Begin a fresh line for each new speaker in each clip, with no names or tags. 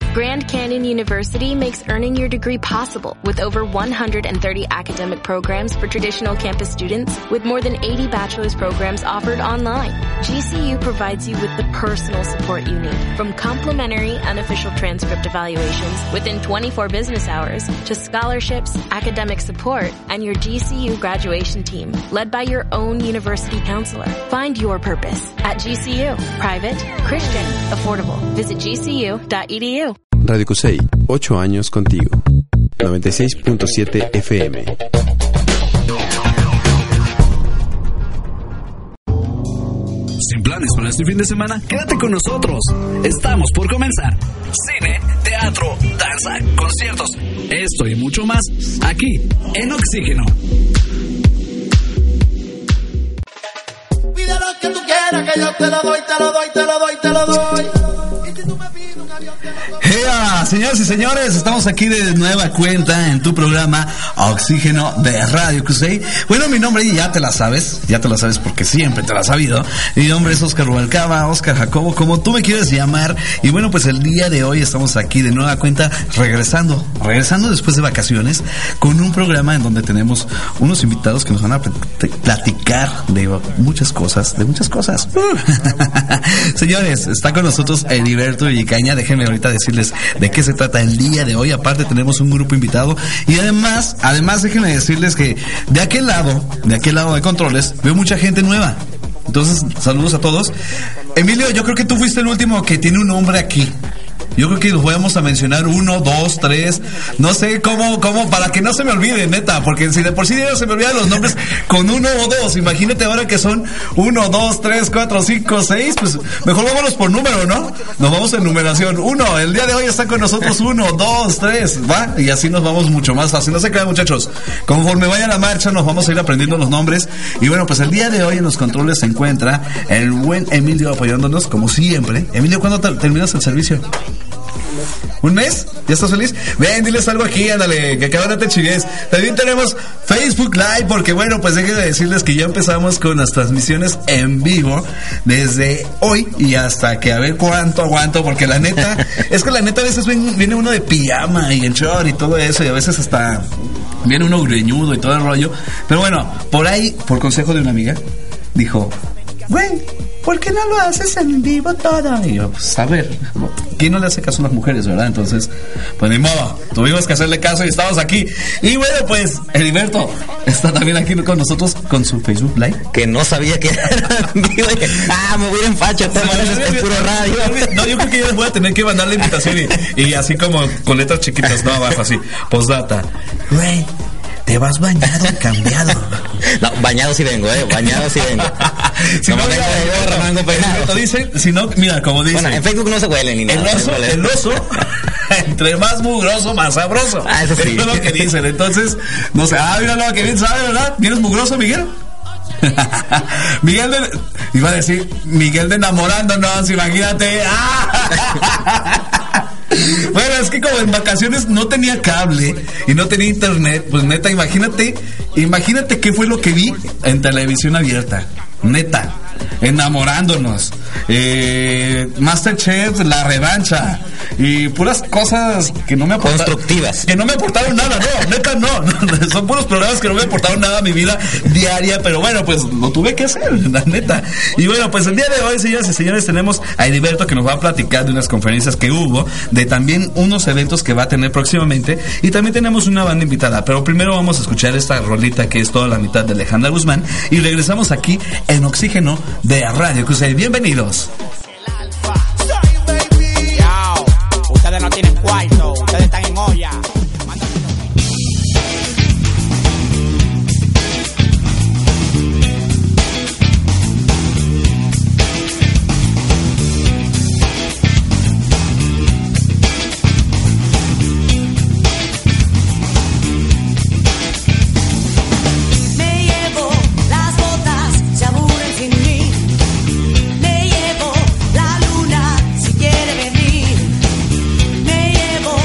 Grand Canyon University makes earning your degree possible with over 130 academic programs for traditional campus students with more than 80 bachelor's programs offered online. GCU provides you with the personal support you need, from complimentary unofficial transcript evaluations within 24 business hours to scholarships, academic support, and your GCU graduation team led by your own university counselor. Find your purpose at GCU. Private, Christian, affordable. Visit gcu.edu.
Radio Cusey, 8 años contigo. 96.7 FM.
Sin planes para este fin de semana, quédate con nosotros. Estamos por comenzar. Cine, teatro, danza, conciertos, esto y mucho más, aquí, en Oxígeno.
Pide lo que tú quieras, que yo te lo doy, te lo doy, te lo doy, te lo doy. Y si tú me pides un avión, te lo doy.
Señoras y señores, estamos aquí de nueva cuenta en tu programa Oxígeno de Radio Cusey. Bueno, mi nombre ya te la sabes porque siempre te la has sabido. Mi nombre es Oscar Rubalcaba, Oscar Jacobo, como tú me quieres llamar. Y bueno, pues el día de hoy estamos aquí de nueva cuenta, regresando después de vacaciones, con un programa en donde tenemos unos invitados que nos van a platicar de muchas cosas. Señores, está con nosotros Heriberto Villicaña. Déjenme ahorita decirles de qué se trata el día de hoy. Aparte tenemos un grupo invitado y además déjenme decirles que de aquel lado de controles veo mucha gente nueva. Entonces, saludos a todos. Emilio, yo creo que tú fuiste el último que tiene un nombre aquí. Yo creo que los vamos a mencionar 1, 2, 3, no sé cómo, para que no se me olvide, neta, porque si de por sí ya se me olvidan los nombres con 1 o 2, imagínate ahora que son 1, 2, 3, 4, 5, 6, pues mejor vámonos por número, ¿no? Nos vamos en numeración. 1, el día de hoy está con nosotros 1, 2, 3, ¿va? Y así nos vamos mucho más fácil. No se crean, muchachos, conforme vaya la marcha nos vamos a ir aprendiendo los nombres. Y bueno, pues el día de hoy en los controles se encuentra el buen Emilio apoyándonos, como siempre. Emilio, ¿cuándo terminas el servicio? ¿Un mes? ¿Ya estás feliz? Ven, diles algo aquí, ándale, que cada vez te chigues. También tenemos Facebook Live, porque bueno, pues déjenme decirles que ya empezamos con las transmisiones en vivo desde hoy y hasta que a ver cuánto aguanto, porque la neta, es que la neta a veces viene uno de pijama y en short y todo eso, y a veces hasta viene uno greñudo y todo el rollo. Pero bueno, por ahí, por consejo de una amiga, dijo, güey, ¿por qué no lo haces en vivo todo? Y yo, pues a ver, ¿quién no le hace caso a las mujeres, verdad? Entonces, pues ni modo, tuvimos que hacerle caso y estamos aquí. Y bueno, pues, Heriberto está también aquí con nosotros con su Facebook Live.
Que no sabía que era en vivo. Me voy a ir en facho, te es puro radio.
No, yo creo que yo les voy a tener que mandar la invitación y así como con letras chiquitas, no abajo, así, postdata.
Güey, te vas bañado y cambiado. No, bañado sí vengo, bañado sí vengo.
Si no, vengo peinado. Dicen, si no, mira, como dicen.
Bueno, en Facebook no se huele ni nada.
El oso, entre más mugroso, más sabroso.
Eso sí.
Eso es lo que dicen. Entonces, no sé, mira lo que bien sabe, ¿verdad? ¿Vienes mugroso, Miguel? Iba a decir, Miguel de enamorándonos, imagínate. Bueno, es que como en vacaciones no tenía cable y no tenía internet, pues neta, imagínate qué fue lo que vi en televisión abierta. Neta, enamorándonos, Masterchef, la revancha y puras cosas que no me aportaron,
constructivas,
que no me aportaron nada, no, neta no, son puros programas que no me aportaron nada a mi vida diaria, pero bueno, pues lo tuve que hacer, la neta. Y bueno, pues el día de hoy, señoras y señores, tenemos a Heriberto que nos va a platicar de unas conferencias que hubo, de también unos eventos que va a tener próximamente, y también tenemos una banda invitada, pero primero vamos a escuchar esta rolita que es toda la mitad de Alejandra Guzmán y regresamos aquí en Oxígeno de Radio Cusey. Bienvenidos.
Ustedes no tienen cuarto, ustedes están en olla.
Me llevo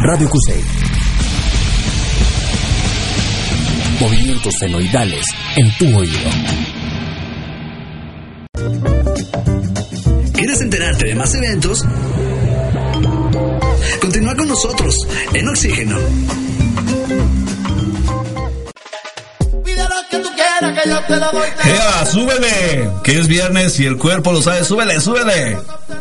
Radio Cusey. Movimientos senoidales en tu oído.
¿Quieres enterarte de más eventos? Continúa con nosotros en Oxígeno.
Pide lo que tú quieras que yo te lo doy.
¡Ea, súbele! Que es viernes y el cuerpo lo sabe. ¡Súbele, súbele!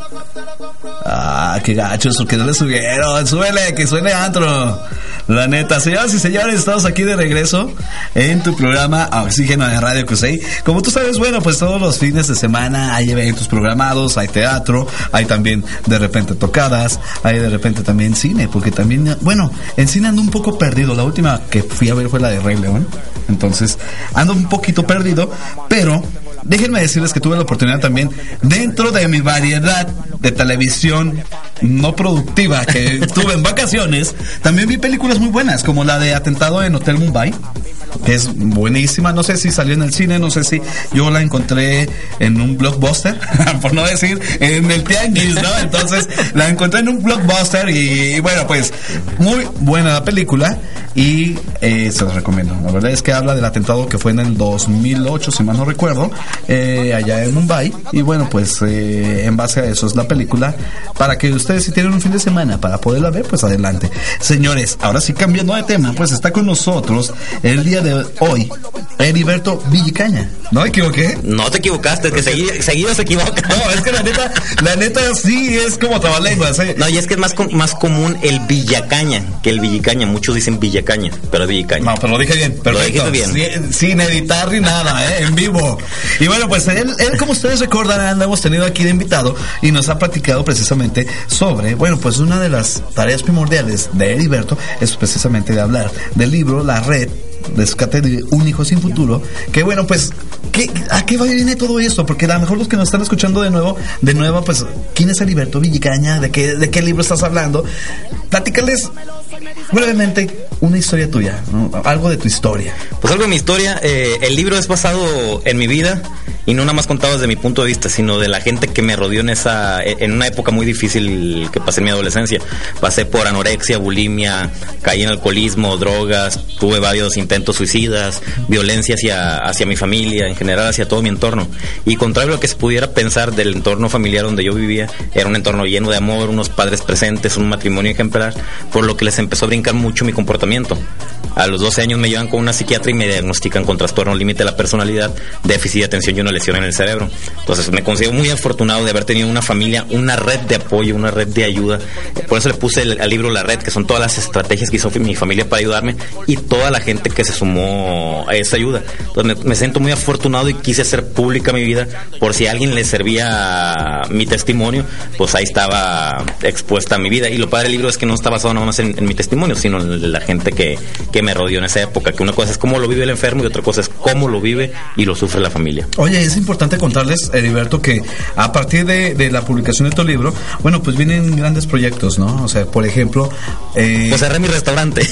Ah, qué gacho eso que no le subieron. Súbele, que suene antro. La neta, señoras y señores, estamos aquí de regreso en tu programa Oxígeno de Radio Cusey. Como tú sabes, bueno, pues todos los fines de semana hay eventos programados, hay teatro, hay también de repente tocadas, hay de repente también cine, porque también, bueno, en cine ando un poco perdido. La última que fui a ver fue la de Rey León, entonces ando un poquito perdido, pero déjenme decirles que tuve la oportunidad también, dentro de mi variedad de televisión no productiva que tuve en vacaciones, también vi películas muy buenas, como la de Atentado en Hotel Mumbai, que es buenísima. No sé si salió en el cine, no sé si yo la encontré en un blockbuster, por no decir en el tianguis, ¿no? Entonces la encontré en un blockbuster y bueno, pues muy buena la película y se los recomiendo. La verdad es que habla del atentado que fue en el 2008, si mal no recuerdo, allá en Mumbai, y bueno, pues en base a eso es la película, para que ustedes, si tienen un fin de semana para poderla ver, pues adelante. Señores, ahora sí, cambiando de tema, pues está con nosotros el día de hoy Heriberto Villicaña. ¿No me equivoqué?
No te equivocaste, que seguido se equivoca.
No, es que la neta sí es como trabalenguas, ¿eh?
No, y es que es más común el Villacaña que el Villicaña. Muchos dicen Villacaña, pero es Villicaña.
No, pero lo dije bien, perfecto. Lo dijiste bien. Sin editar ni nada, en vivo. Y bueno, pues él, como ustedes recordarán, lo hemos tenido aquí de invitado y nos ha platicado precisamente sobre, bueno, pues una de las tareas primordiales de Heriberto es precisamente de hablar del libro La Red Rescate de un hijo sin futuro, que bueno, pues ¿a qué viene todo esto? Porque a lo mejor los que nos están escuchando de nuevo, pues ¿quién es Heriberto Villicaña? ¿De qué libro estás hablando? Platícales brevemente una historia tuya, ¿no? Algo de tu historia.
Pues algo de mi historia. El libro es basado en mi vida y no nada más contado desde mi punto de vista, sino de la gente que me rodeó en una época muy difícil que pasé en mi adolescencia. Pasé por anorexia, bulimia, caí en alcoholismo, drogas, tuve varios intentos suicidas, violencia hacia mi familia, en general hacia todo mi entorno. Y contrario a lo que se pudiera pensar del entorno familiar donde yo vivía, era un entorno lleno de amor, unos padres presentes, un matrimonio ejemplar, por lo que les empezó a brincar mucho mi comportamiento. A los 12 años me llevan con una psiquiatra y me diagnostican con trastorno límite de la personalidad, déficit de atención y una lesión en el cerebro. Entonces me considero muy afortunado de haber tenido una familia, una red de apoyo, una red de ayuda. Por eso le puse al libro La Red, que son todas las estrategias que hizo mi familia para ayudarme y toda la gente que se sumó a esa ayuda. Entonces me siento muy afortunado y quise hacer pública mi vida por si a alguien le servía mi testimonio, pues ahí estaba expuesta mi vida. Y lo padre del libro es que no está basado nada más en mi testimonio, sino en la gente que me rodeó en esa época, que una cosa es cómo lo vive el enfermo y otra cosa es cómo lo vive y lo sufre la familia.
Oye, es importante contarles, Heriberto, que a partir de la publicación de tu libro, bueno, pues vienen grandes proyectos, ¿no? O sea, por ejemplo...
Pues cerré mi restaurante.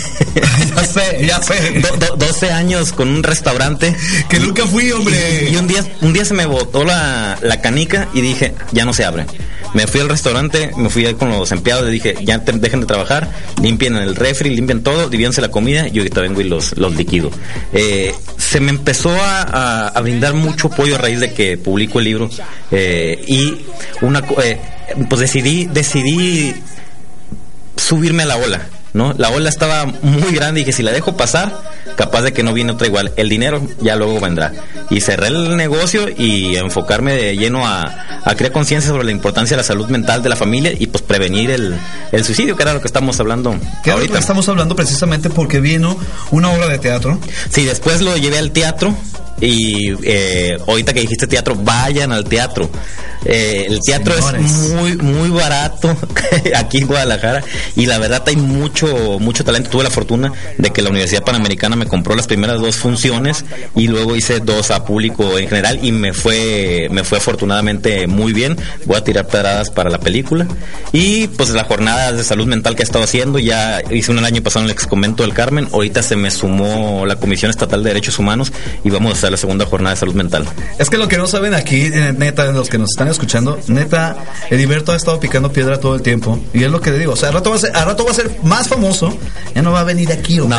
ya sé.
12 años con un restaurante.
Que nunca fui, hombre.
Y un día se me botó la canica y dije, ya no se abre. Me fui al restaurante, me fui ahí con los empleados, le dije, ya dejen de trabajar, limpien el refri, limpien todo, divídense la comida, y yo ahorita vengo y los liquido. Se me empezó a brindar mucho apoyo a raíz de que publico el libro, y pues decidí subirme a la ola, ¿no? La ola estaba muy grande y dije, si la dejo pasar, capaz de que no viene otra igual. El dinero ya luego vendrá. Y cerré el negocio y enfocarme de lleno a crear conciencia sobre la importancia de la salud mental de la familia y pues prevenir el suicidio, que era lo que estamos hablando ahorita.
Estamos hablando precisamente porque vino una obra de teatro.
Sí, después lo llevé al teatro. Y ahorita que dijiste teatro, vayan al teatro. El teatro Señores. Es muy, muy barato aquí en Guadalajara y la verdad hay mucho talento. Tuve la fortuna de que la Universidad Panamericana me compró las primeras 2 funciones y luego hice 2 a público en general y me fue afortunadamente muy bien. Voy a tirar pedradas para la película y pues la jornada de salud mental que he estado haciendo, ya hice una el año pasado en el ex convento del Carmen. Ahorita se me sumó la Comisión Estatal de Derechos Humanos y vamos a vamos a la segunda jornada de salud mental.
Es que lo que no saben aquí, neta, los que nos están escuchando, neta, Heriberto ha estado picando piedra todo el tiempo. Y es lo que le digo, o sea, a rato va a ser más famoso. Ya no va a venir aquí, hombre.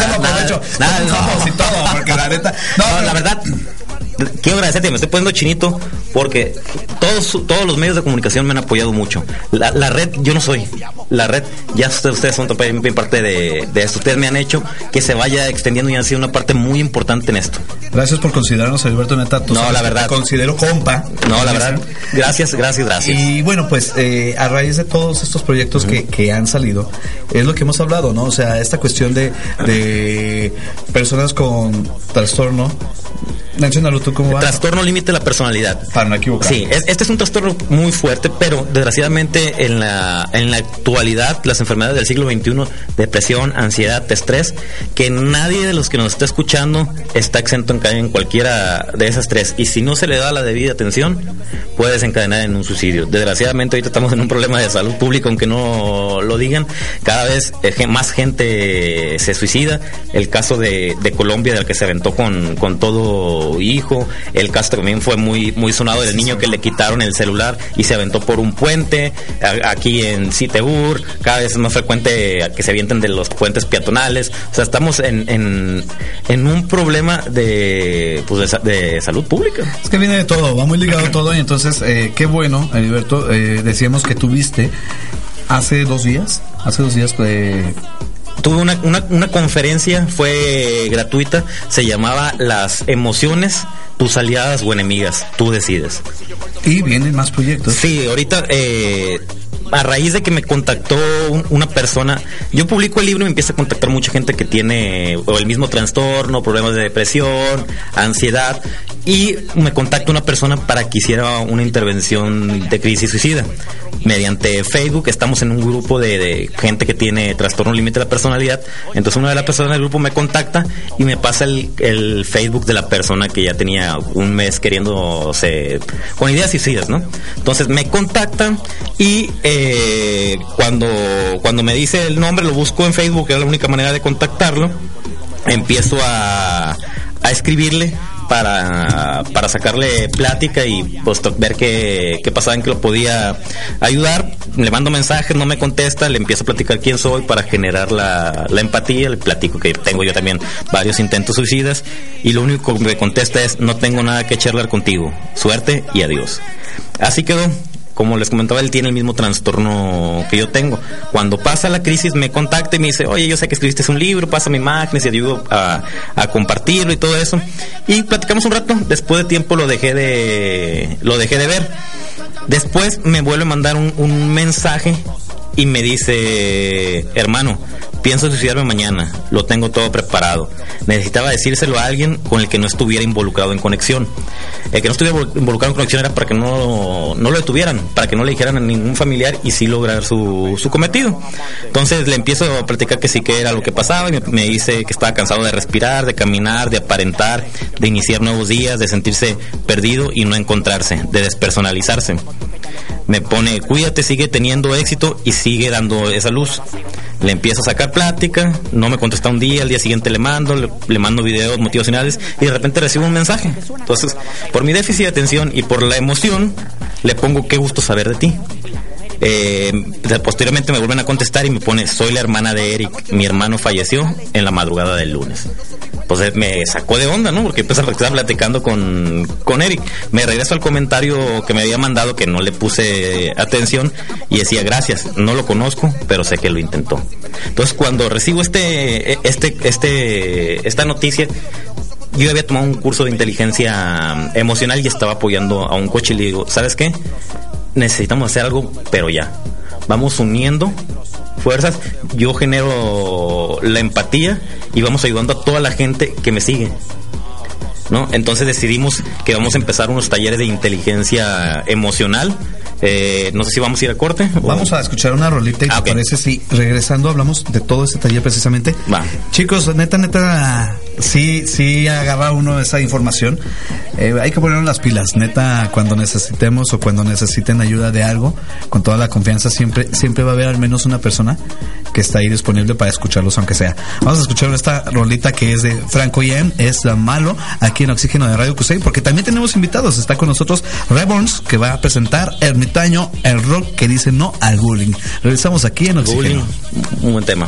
Porque la neta,
la verdad, quiero agradecerte, me estoy poniendo chinito porque todos los medios de comunicación me han apoyado mucho. La red, yo no soy. La red, ya ustedes son parte de esto. Ustedes me han hecho que se vaya extendiendo y han sido una parte muy importante en esto.
Gracias por considerarnos, Heriberto, neta.
No, la verdad.
Te considero compa.
No, la verdad. Gracias.
Y bueno, pues a raíz de todos estos proyectos que han salido, es lo que hemos hablado, ¿no? O sea, esta cuestión de personas con trastorno. Menciónalo tú, ¿cómo va?
Trastorno límite de la personalidad.
Para no equivocar.
Sí, este es un trastorno muy fuerte, pero desgraciadamente en la actualidad las enfermedades del siglo XXI, depresión, ansiedad, estrés, que nadie de los que nos está escuchando está exento en caer en cualquiera de esas tres. Y si no se le da la debida atención, puede desencadenar en un suicidio. Desgraciadamente ahorita estamos en un problema de salud pública, aunque no lo digan. Cada vez más gente se suicida. El caso de Colombia, del que se aventó con todo hijo. El caso también fue muy sonado del niño que le quitaron el celular y se aventó por un puente. Aquí en Citebur cada vez es más frecuente que se avienten de los puentes peatonales. O sea, estamos en un problema de salud pública. Es
que viene de todo, va muy ligado todo. Y entonces qué bueno, Heriberto, decíamos que tuviste hace dos días
tuve una conferencia, fue gratuita, se llamaba Las emociones, tus aliadas o enemigas, tú decides.
Y vienen más proyectos.
Sí, ahorita a raíz de que me contactó una persona, yo publico el libro y me empieza a contactar mucha gente que tiene o el mismo trastorno, problemas de depresión, ansiedad, y me contacta una persona para que hiciera una intervención de crisis suicida. Mediante Facebook estamos en un grupo de gente que tiene trastorno límite de la personalidad. Entonces una de las personas del grupo me contacta y me pasa el Facebook de la persona que ya tenía un mes queriéndose con ideas suicidas, ¿no? Entonces me contactan y cuando me dice el nombre, lo busco en Facebook, que era la única manera de contactarlo. Empiezo a escribirle para sacarle plática y pues ver qué pasaba, en que lo podía ayudar. Le mando mensajes, no me contesta, le empiezo a platicar quién soy para generar la empatía. Le platico que tengo yo también varios intentos suicidas y lo único que me contesta es: no tengo nada que charlar contigo, suerte y adiós. Así quedó. Como les comentaba, él tiene el mismo trastorno que yo tengo. Cuando pasa la crisis me contacta y me dice: oye, yo sé que escribiste un libro, pásame imágenes y ayudo a compartirlo y todo eso. Y platicamos un rato. Después de tiempo lo dejé de ver. Después me vuelve a mandar un mensaje y me dice: hermano, pienso suicidarme mañana, lo tengo todo preparado. Necesitaba decírselo a alguien con el que no estuviera involucrado en conexión. El que no estuviera involucrado en conexión era para que no lo detuvieran, para que no le dijeran a ningún familiar y sí lograr su cometido. Entonces le empiezo a platicar que sí, que era lo que pasaba, y me dice que estaba cansado de respirar, de caminar, de aparentar, de iniciar nuevos días, de sentirse perdido y no encontrarse, de despersonalizarse. Me pone: cuídate, sigue teniendo éxito y sigue dando esa luz. Le empiezo a sacar plática, no me contesta un día, al día siguiente le mando videos motivacionales y de repente recibo un mensaje. Entonces, por mi déficit de atención y por la emoción, le pongo: qué gusto saber de ti. Posteriormente me vuelven a contestar y me pone: soy la hermana de Eric, mi hermano falleció en la madrugada del lunes. Pues me sacó de onda, ¿no? Porque empecé a estar platicando con Eric. Me regreso al comentario que me había mandado, que no le puse atención, y decía: gracias, no lo conozco, pero sé que lo intentó. Entonces, cuando recibo esta noticia, yo había tomado un curso de inteligencia emocional y estaba apoyando a un coach y le digo: ¿sabes qué? Necesitamos hacer algo, pero ya. Vamos uniendo fuerzas, yo genero la empatía y vamos ayudando a toda la gente que me sigue, ¿no? Entonces decidimos que vamos a empezar unos talleres de inteligencia emocional. No sé si vamos a ir a corte.
Vamos a escuchar una rolita y te parece si regresando hablamos de todo este taller precisamente.
Va.
Chicos, neta, sí agarra uno esa información. Hay que ponernos las pilas, neta, cuando necesitemos o cuando necesiten ayuda de algo, con toda la confianza, siempre va a haber al menos una persona que está ahí disponible para escucharlos aunque sea. Vamos a escuchar esta rolita que es de Franco Yem, es Malo, aquí en Oxígeno de Radio Cusey, porque también tenemos invitados. Está con nosotros Reborns, que va a presentar Ermitaño, el rock que dice no al bullying. Regresamos aquí en Oxígeno.
Un buen tema.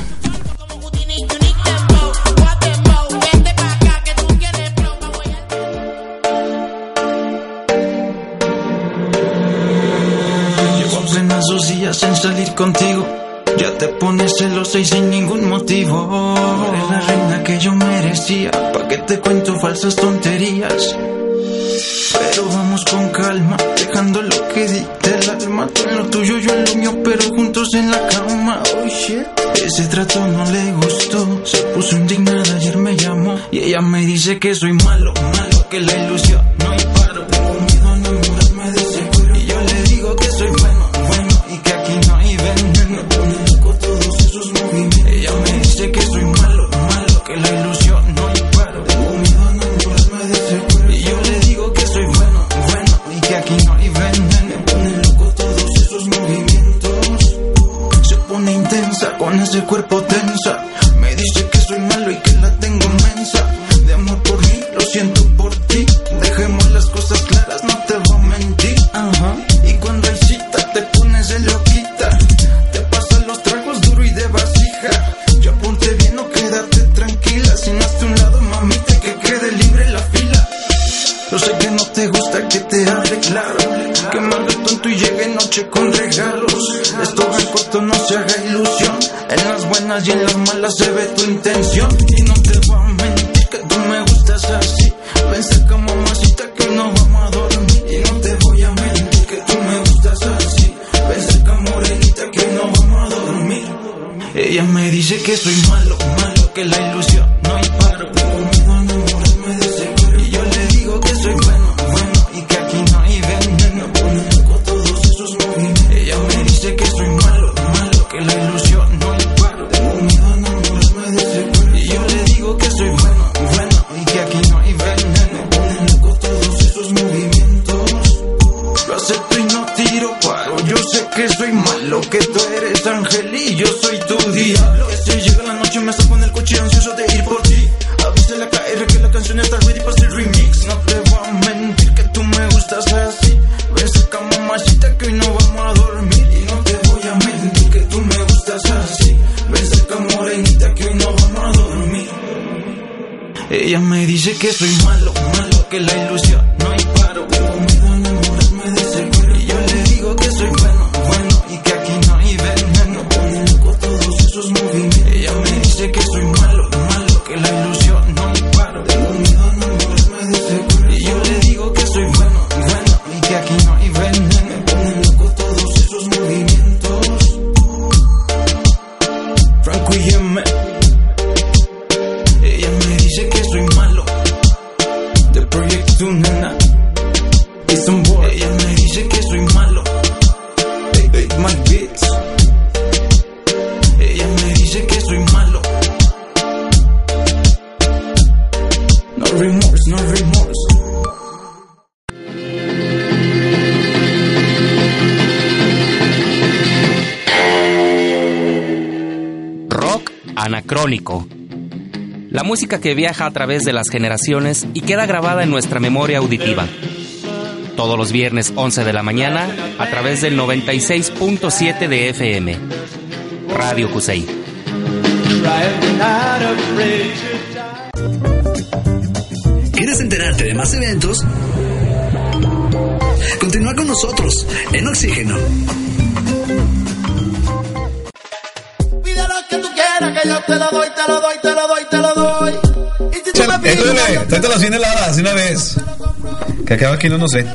Esos días en salir contigo, ya te pones celosa y sin ningún motivo. No eres la reina que yo merecía, pa' que te cuento falsas tonterías. Pero vamos con calma, dejando lo que dicte el alma. Tú en lo tuyo, yo en lo mío, pero juntos en la cama. Oh shit, ese trato no le gustó, se puso indignada, ayer me llamó y ella me dice que soy malo, malo, que la ilusión no hay paro. Tengo miedo a enamorarme de ese cuero y yo le digo que soy bueno, y que aquí no hay veneno. Me pone loco todos esos movimientos. Ella me dice que soy malo, malo, que la ilusión no hay paro. Tengo miedo a enamorarme de ese cuero y yo le digo que soy bueno, y que aquí no hay veneno. Me pone loco todos esos movimientos. Se pone intensa con ese cuerpo tensa. Me dice que soy malo y que la tengo mensa. De amor por mí, lo siento por ti. Dejemos las cosas claras, no te voy a mentir. Y cuando hay cita te pones de loquita. Te pasan los tragos duro y de vasija. Ya ponte bien, no quédate tranquila. Si no hazte un lado, mamita, que quede libre la fila. Yo sé que no te gusta que te hable claro, que me haga tonto y llegue noche con regalos. Esto en corto, no se haga ilusión. En las buenas y en las malas se ve tu intención. Y no te voy a mentir que tú me gustas así. Ven cerca, mamacita, que no vamos a dormir. Y no te voy a mentir que tú me gustas así. Ven cerca, morenita, que no vamos a dormir. Ella me dice que soy malo, malo, que la ilusión no hay paro. Tengo miedo a enamorarme de ese cuero y yo le digo que soy bueno, y que aquí no hay veneno. Me pone loco todos esos movimientos. Ella me dice que soy malo, malo, que la ilusión no hay paro. Tengo miedo a enamorarme de ese cuero y yo le digo que soy bueno, y que aquí no hay veneno. Me pone loco todos esos movimientos. Lo acepto y no tiro paro. Yo sé que soy malo, que tú eres ángel y yo soy tu diablo. Si llega la noche me saco en el coche ansioso de ir por ti. Avísale a KR que la canción está ready para hacer remix. No te voy a mentir que tú me gustas así. Ven cerca, mamacita, que hoy no vamos a dormir. Y no te voy a mentir que tú me gustas así. Ven cerca, morenita, que hoy no vamos a dormir. Ella me dice que soy malo, malo, que la ilusión no hay paro. Tengo miedo a enamorarme de ese cuero y yo le digo que soy bueno, y que aquí no hay veneno. Me pone loco todos esos movimientos. Ella me dice que soy malo, malo, que la ilusión no hay paro. Tengo miedo a enamorarme de ese cuero y yo le digo que soy bueno, y que aquí no hay veneno. Me pone loco todos esos movimientos. Franco y M. Ella me dice que soy malo. The Project Nena. It's on board. Ella me dice que soy malo. Hey, my beats. Ella me dice que soy malo. No remorse, no remorse.
Rock anacrónico. La música que viaja a través de las generaciones y queda grabada en nuestra memoria auditiva. Todos los viernes 11 de la mañana a través del 96.7 de FM. Radio Cusey.
¿Quieres enterarte de más eventos? Continúa con nosotros en Oxígeno.
Pide lo que tú quieras, que yo te lo doy, te lo doy, te lo doy, te lo doy. Y si tú me pides,
tráetelas bien heladas de una vez. Que acaba aquí no sé.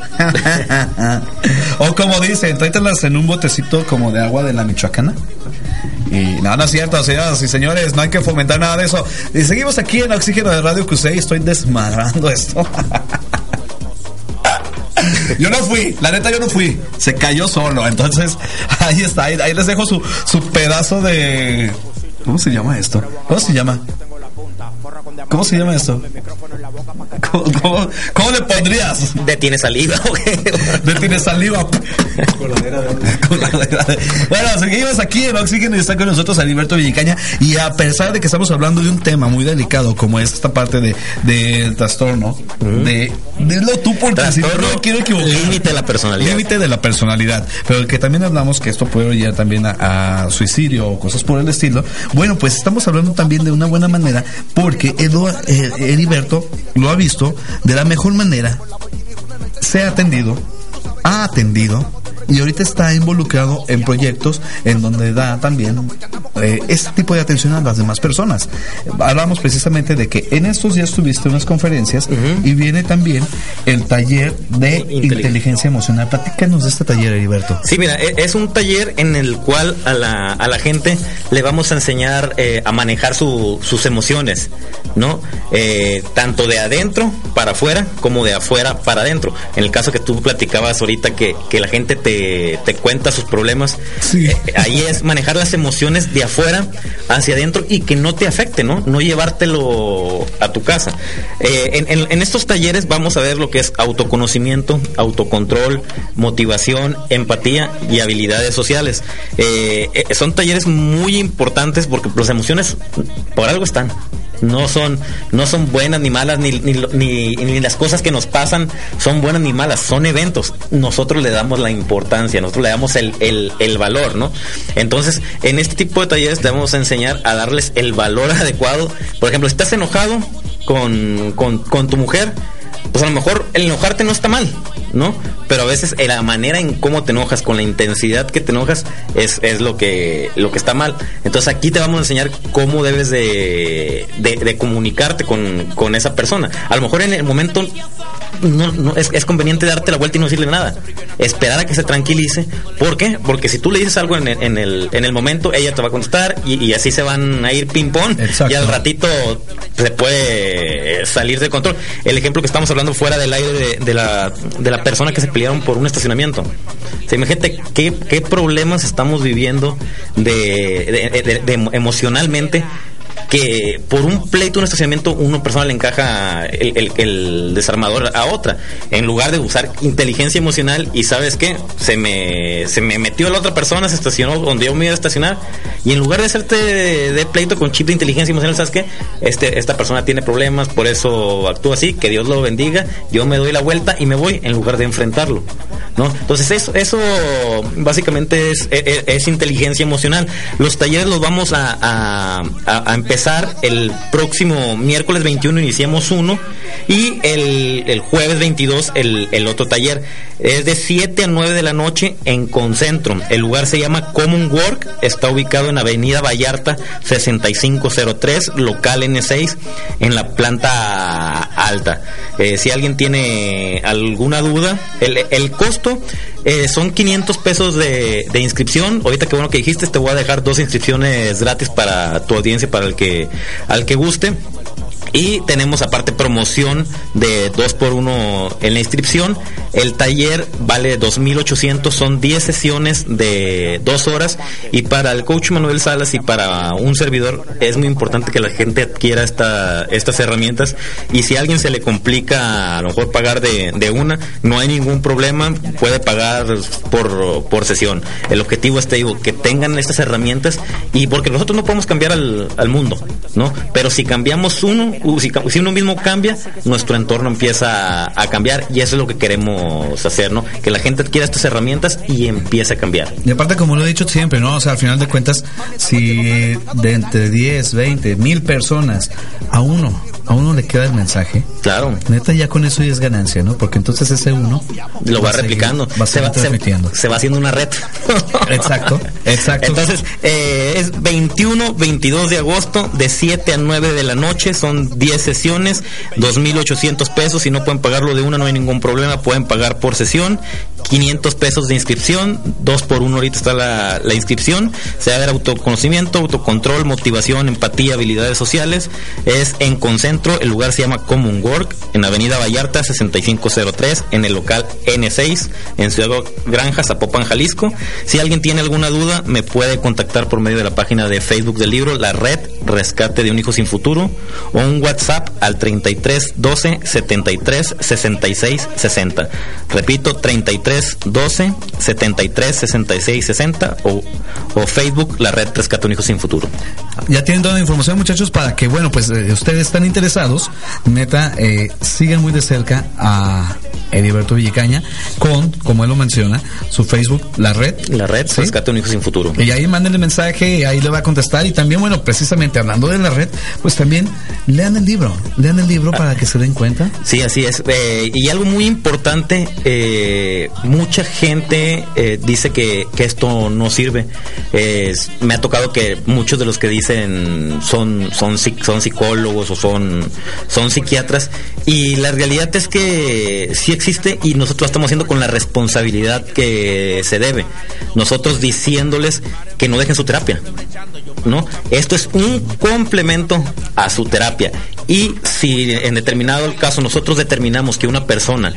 O como dicen, tráetelas en un botecito como de agua de la Michoacana. Y no es cierto, señoras y señores, no hay que fomentar nada de eso. Y seguimos aquí en Oxígeno de Radio Cusey. Estoy desmadrando esto. Yo no fui, la neta yo no fui. Se cayó solo, entonces ahí está, ahí les dejo su pedazo de... ¿Cómo se llama esto? ¿Cómo se llama? ¿Cómo se llama esto? ¿Cómo le pondrías?
Detiene saliva.
Detiene saliva. Bueno, seguimos aquí en Oxígeno y está con nosotros Heriberto Villicaña. Y a pesar de que estamos hablando de un tema muy delicado como es esta parte del trastorno, dilo tú porque si no quiero equivocar.
Límite de la personalidad.
Límite de la personalidad. Pero que también hablamos que esto puede llevar también a suicidio o cosas por el estilo. Bueno, pues estamos hablando también de una buena manera porque Heriberto lo ha visto de la mejor manera, se ha atendido y ahorita está involucrado en proyectos en donde da también este tipo de atención a las demás personas. Hablamos precisamente de que en estos días tuviste unas conferencias y viene también el taller de inteligencia emocional. Platícanos de este taller, Heriberto.
Sí, mira, es un taller en el cual a la gente le vamos a enseñar a manejar sus emociones, ¿no? Tanto de adentro para afuera como de afuera para adentro. En el caso que tú platicabas ahorita que la gente te cuenta sus problemas, sí. Ahí es manejar las emociones de afuera hacia adentro y que no te afecte, ¿no? No llevártelo a tu casa. En estos talleres vamos a ver lo que es autoconocimiento, autocontrol, motivación, empatía y habilidades sociales. Son talleres muy importantes porque las emociones por algo están. No son buenas ni malas, ni las cosas que nos pasan son buenas ni malas, son eventos. Nosotros le damos la importancia, nosotros le damos el valor, ¿no? Entonces, en este tipo de talleres te vamos a enseñar a darles el valor adecuado. Por ejemplo, si estás enojado con tu mujer, pues a lo mejor el enojarte no está mal, ¿no? Pero a veces la manera en cómo te enojas, con la intensidad que te enojas, es lo que está mal. Entonces aquí te vamos a enseñar cómo debes de comunicarte con esa persona. A lo mejor en el momento no es conveniente darte la vuelta y no decirle nada, esperar a que se tranquilice. ¿Por qué? Porque si tú le dices algo en el momento, ella te va a contestar y así se van a ir ping pong. Exacto. Y al ratito se puede salir de control. El ejemplo que estamos hablando fuera del aire de la persona que se pelearon por un estacionamiento. O sea, imagínate qué problemas estamos viviendo emocionalmente, que por un pleito, un estacionamiento, una persona le encaja el desarmador a otra, en lugar de usar inteligencia emocional. Y ¿sabes qué? Se me metió la otra persona, se estacionó donde yo me iba a estacionar, y en lugar de hacerte de pleito con chip de inteligencia emocional, ¿sabes qué? Esta persona tiene problemas, por eso actúa así, que Dios lo bendiga, yo me doy la vuelta y me voy, en lugar de enfrentarlo, ¿no? Entonces eso básicamente es inteligencia emocional. Los talleres los vamos a empezar el próximo miércoles 21, iniciamos uno, y el jueves 22 el otro taller. Es de 7 a 9 de la noche en Concentro. El lugar se llama Common Work, está ubicado en Avenida Vallarta 6503, local N6, en la planta alta. Si alguien tiene alguna duda, el costo son 500 pesos de inscripción. Ahorita que bueno que dijiste, te voy a dejar 2 inscripciones gratis para tu audiencia, para al que guste. Y tenemos aparte promoción de 2x1 en la inscripción. El taller vale 2,800, son 10 sesiones de 2 horas. Y para el coach Manuel Salas y para un servidor es muy importante que la gente adquiera estas herramientas. Y si a alguien se le complica a lo mejor pagar de una, no hay ningún problema, puede pagar por sesión. El objetivo es, te digo, que tengan estas herramientas, y porque nosotros no podemos cambiar al mundo, ¿no? Pero si cambiamos uno, si uno mismo cambia, nuestro entorno empieza a cambiar, y eso es lo que queremos hacer, ¿no? Que la gente adquiera estas herramientas y empiece a cambiar.
Y aparte, como lo he dicho siempre, ¿no? O sea, al final de cuentas, si de entre 10, 20, 1,000 personas a uno le queda el mensaje,
claro,
neta, ya con eso ya es ganancia, ¿no? Porque entonces ese uno
lo va replicando, se va haciendo una red.
Exacto.
Entonces es 21, 22 de agosto, de 7 a 9 de la noche, son 10 sesiones, 2,800 pesos. Si no pueden pagarlo de una, no hay ningún problema, pueden pagar por sesión. 500 pesos de inscripción, 2x1 ahorita está la inscripción. Se va a ver autoconocimiento, autocontrol, motivación, empatía, habilidades sociales. Es en Concentro, centro. El lugar se llama Common Work, en Avenida Vallarta 6503, en el local N6, en Ciudad Granja, Zapopan, Jalisco. Si alguien tiene alguna duda, me puede contactar por medio de la página de Facebook del libro, La Red Rescate de un Hijo Sin Futuro, o un WhatsApp al 33 12 73 66 60. Repito, 33 12 73 66 60, o Facebook, La Red Rescate de un Hijo Sin Futuro.
Ya tienen toda la información, muchachos, para que, bueno, pues ustedes están interesados, neta, sigan muy de cerca a Heriberto Villacaña con, como él lo menciona, su Facebook, La Red
¿sí? Rescate de un Hijo Sin Futuro.
Y ahí mándenle mensaje, y ahí le va a contestar. Y también, bueno, precisamente hablando de La Red, pues también lean el libro para que se den cuenta.
Sí, así es. Y algo muy importante, mucha gente dice que esto no sirve. Me ha tocado que muchos de los que dicen son psicólogos o son psiquiatras, y la realidad es que sí existe, y nosotros lo estamos haciendo con la responsabilidad que se debe. Nosotros diciéndoles que no dejen su terapia, ¿no? Esto es un complemento a su terapia, y si en determinado caso nosotros determinamos que una persona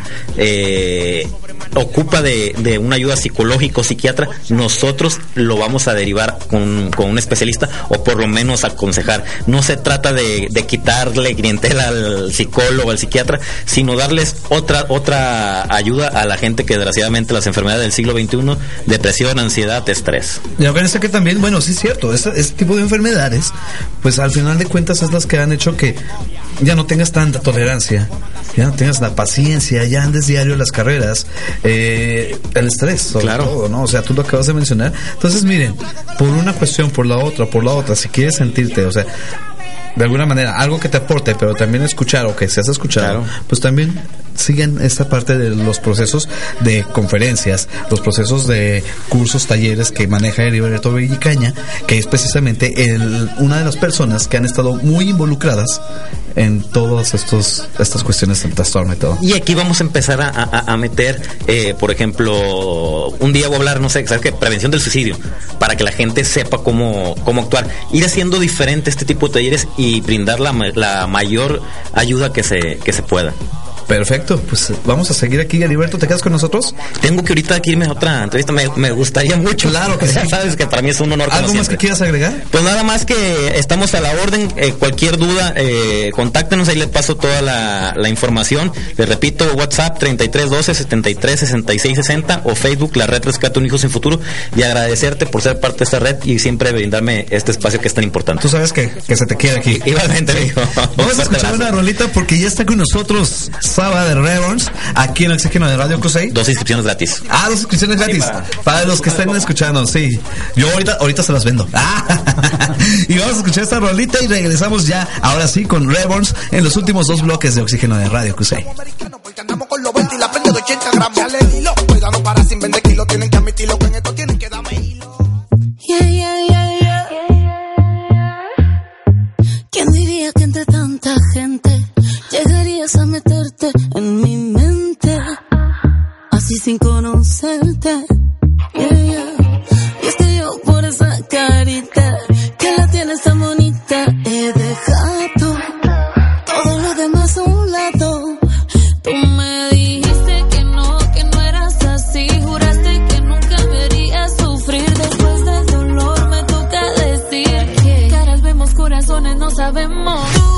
ocupa de una ayuda psicológica o psiquiatra, nosotros lo vamos a derivar con un especialista, o por lo menos aconsejar. No se trata de quitarle clientela al psicólogo, al psiquiatra, sino darles otra ayuda a la gente que desgraciadamente las enfermedades del siglo XXI, depresión, ansiedad, estrés.
Y acuérdense que también, bueno, sí es cierto, este tipo de enfermedades, pues al final de cuentas es las que han hecho que ya no tengas tanta tolerancia, ya no tengas la paciencia, ya andes diario las carreras, el estrés, sobre todo, ¿no? O sea, tú lo acabas de mencionar. Entonces, miren, por una cuestión, por la otra, si quieres sentirte, o sea, de alguna manera, algo que te aporte, pero también escuchar, o que seas escuchado, pues también siguen esta parte de los procesos de conferencias, los procesos de cursos, talleres que maneja Heriberto Villacaña, que es precisamente una de las personas que han estado muy involucradas en todas estas cuestiones del trastorno y todo.
Y aquí vamos a empezar a meter, por ejemplo, un día voy a hablar, no sé, ¿sabes qué? Prevención del suicidio, para que la gente sepa cómo actuar, ir haciendo diferente este tipo de talleres y brindar la mayor ayuda que se pueda.
Perfecto, pues vamos a seguir aquí. Heriberto, ¿te quedas con nosotros?
Tengo que ahorita irme a otra entrevista, me gustaría mucho.
Claro que sí.
Ya sabes que para mí es un honor.
¿Algo más que quieras agregar?
Pues nada más que estamos a la orden. Cualquier duda, contáctenos, ahí les paso toda la información. Les repito, WhatsApp 33 12 73 66 60, o Facebook, La Red Rescate un Hijo Sin Futuro. Y agradecerte por ser parte de esta red y siempre brindarme este espacio que es tan importante.
Tú sabes que se te queda aquí.
Igualmente, amigo.
Vamos a escuchar una rolita porque ya está con nosotros Saba de Reborns, aquí en Oxígeno de Radio Cusey.
2 inscripciones gratis.
2 inscripciones gratis. Para los que estén escuchando, sí. Yo ahorita se las vendo. Y vamos a escuchar esta rolita y regresamos ya, ahora sí, con Reborns en los últimos 2 bloques de Oxígeno de Radio Cusey.
Porque andamos con los 20 y la prende de 80 gramos. Dale el hilo, cuidado para sin vender kilos. Tienen que admitirlo, que en esto tienen que darme hilo.
¿Quién diría que entre tanta gente llegarías a meterte en mi mente, así sin conocerte? Y es que yo por esa carita que la tienes tan bonita he dejado todo lo demás a un lado. Tú me dijiste que no eras así, juraste que nunca me harías sufrir. Después del dolor me toca decir que caras vemos, corazones no sabemos.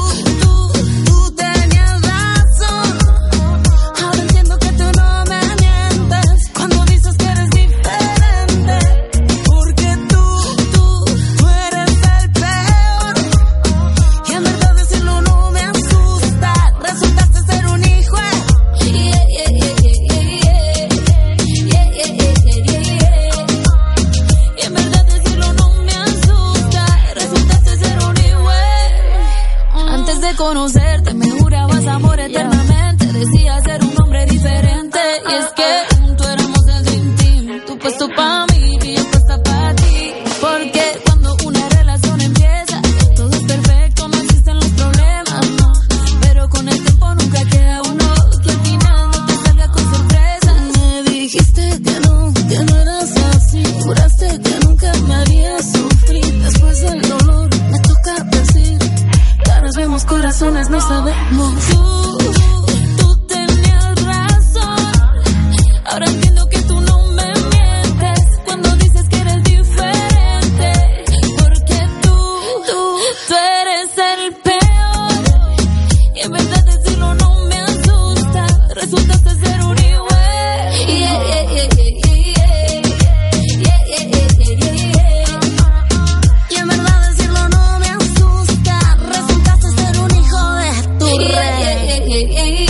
Conocerte, me jurabas amor eternamente, decías ser un hombre diferente. Y es que juntos éramos el Dream Team, tú puesto pa' mí y yo puesta pa' ti. Porque cuando una relación empieza, todo es perfecto, no existen los problemas, no. Pero con el tiempo nunca queda uno que al final no te salga con sorpresas. Me dijiste que no eras así, juraste que nunca me harías sufrir. Después del dolor me toca decir, caras vemos, corazones no sabemos. Tú tenías razón. Ahora entiendo que tú no me mientes cuando dices que eres diferente. Porque tú eres el peor. Y en verdad decirlo no me asusta. Resultaste ser un hijo. Y en verdad decirlo no me asusta. Resultaste ser un hijo de tu rey.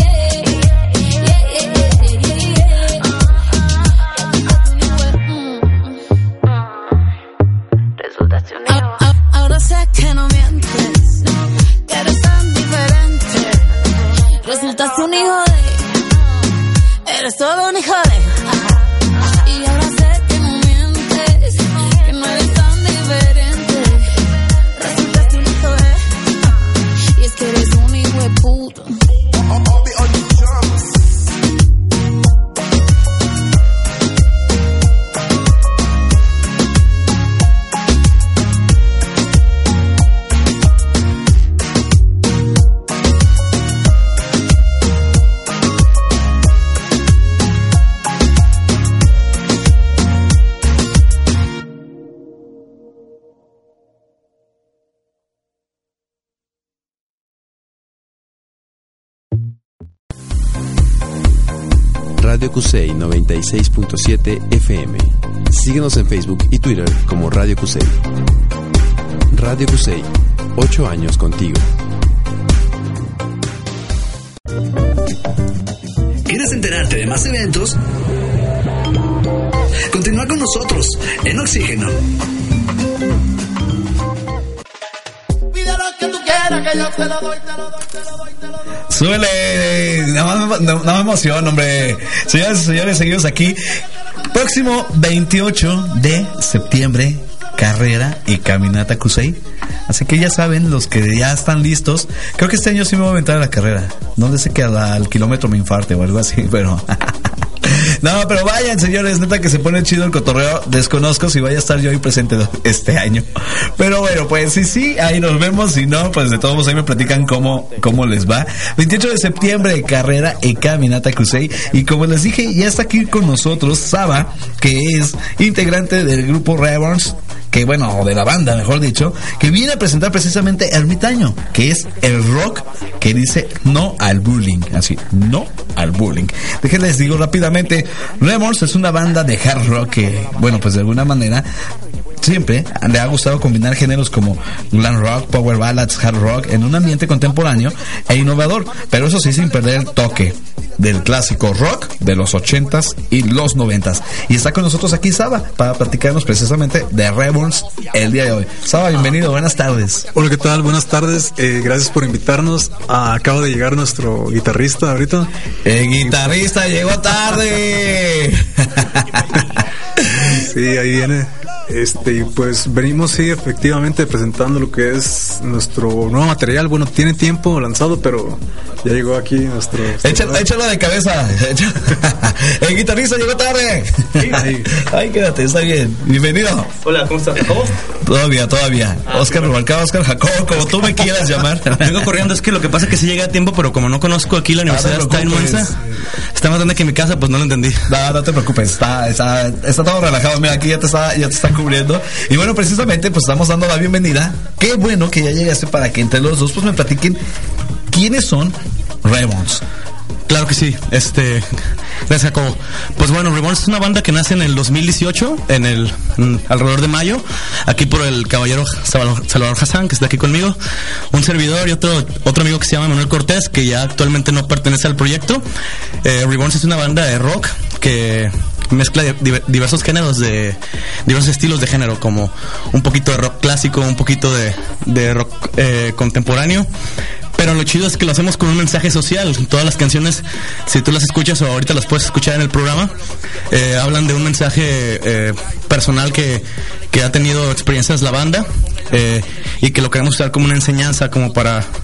Ahora sé que no mientes, que eres tan diferente. Resultaste un hijo de, eres todo un hijo de. Y ahora sé que no mientes, que no eres tan diferente. Resultaste un hijo de, y es que eres un hijo de puta.
Radio Cusey 96.7 FM. Síguenos en Facebook y Twitter como Radio Cusey. Radio Cusey, 8 años contigo.
¿Quieres enterarte de más eventos? Continúa con nosotros en Oxígeno.
Pide lo que tú quieras, que yo te lo doy, te lo doy, te lo doy, te lo doy.
Súbele, no me emociono, hombre. Señoras y señores, seguimos aquí. Próximo 28 de septiembre, carrera y caminata Cusey. Así que ya saben, los que ya están listos. Creo que este año sí me voy a aventar a la carrera. No sé que al kilómetro me infarte o algo así, pero... No, pero vayan, señores, neta que se pone chido el cotorreo. Desconozco si vaya a estar yo ahí presente este año. Pero bueno, pues sí, ahí nos vemos. Si no, pues de todos modos ahí me platican cómo les va. 28 de septiembre, carrera y caminata Cusey. Y como les dije, ya está aquí con nosotros Saba, que es integrante del grupo Reborns, que bueno, de la banda, mejor dicho, que viene a presentar precisamente Ermitaño, que es el rock que dice no al bullying. Así, no al bullying. Déjenles digo rápidamente, Reborns es una banda de hard rock que, bueno, pues de alguna manera siempre le ha gustado combinar géneros como glam rock, power ballads, hard rock en un ambiente contemporáneo e innovador, pero eso sí sin perder el toque del clásico rock de los 80s y los 90s. Y está con nosotros aquí Saba para platicarnos precisamente de Reborns el día de hoy. Saba, bienvenido, buenas tardes.
Hola, ¿qué tal? Buenas tardes, gracias por invitarnos. Acaba de llegar nuestro guitarrista ahorita.
El guitarrista llegó tarde.
Sí, ahí viene. Y pues venimos, sí, efectivamente presentando lo que es nuestro nuevo material. Bueno, tiene tiempo lanzado, pero ya llegó aquí nuestro...
Échalo de cabeza. El guitarrista llegó tarde. Sí, ay, quédate, está bien. Bienvenido.
Hola, ¿cómo estás, Jacobo?
Todavía. Oscar Rubalcaba, Oscar Jacobo, como tú me quieras llamar.
Vengo corriendo, es que lo que pasa es que sí llegué a tiempo, pero como no conozco aquí la universidad, está inmensa. Está más grande que mi casa, pues no lo entendí.
No te preocupes, está todo relajado. Mira, aquí ya te está cubriendo. Y bueno, precisamente pues estamos dando la bienvenida. Qué bueno que ya llegaste para que entre los dos pues me platiquen quiénes son Reborns.
Claro que sí, gracias, Jacobo. Pues bueno, Reborns es una banda que nace en el 2018, alrededor de mayo, aquí por el caballero Salvador Hassan, que está aquí conmigo, un servidor y otro amigo que se llama Manuel Cortés, que ya actualmente no pertenece al proyecto. Reborns es una banda de rock que mezcla diversos géneros, de diversos estilos de género, como un poquito de rock clásico, un poquito de rock contemporáneo. Pero lo chido es que lo hacemos con un mensaje social. Todas las canciones, si tú las escuchas o ahorita las puedes escuchar en el programa, hablan de un mensaje personal que ha tenido experiencias la banda, y que lo queremos usar como una enseñanza, como para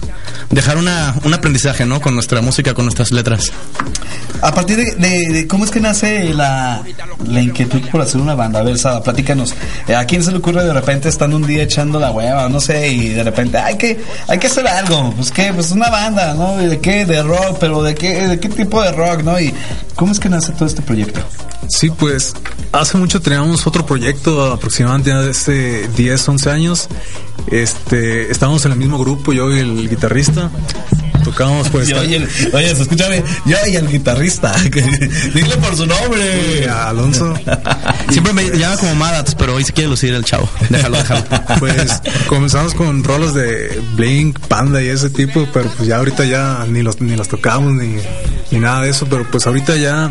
dejar un aprendizaje, ¿no? Con nuestra música, con nuestras letras.
A partir de ¿cómo es que nace la inquietud por hacer una banda? A ver, Sada, platícanos. ¿A quién se le ocurre de repente estando un día echando la hueva, no sé, y de repente hay que hacer algo? Pues qué, pues una banda, ¿no? ¿De qué? De rock, pero ¿de qué tipo de rock, no? Y ¿cómo es que nace todo este proyecto?
Sí, pues hace mucho teníamos otro proyecto, aproximadamente hace 10, 11 años. Estábamos en el mismo grupo, yo y el guitarrista. Tocábamos pues...
Oye, escúchame, yo y el guitarrista. Dile por su nombre.
Alonso.
Siempre me llama como Madats, pero hoy se quiere lucir el chavo. Déjalo.
Pues comenzamos con rolas de Blink, Panda y ese tipo, pero pues ya ahorita ya ni las tocamos ni nada de eso, pero pues ahorita ya...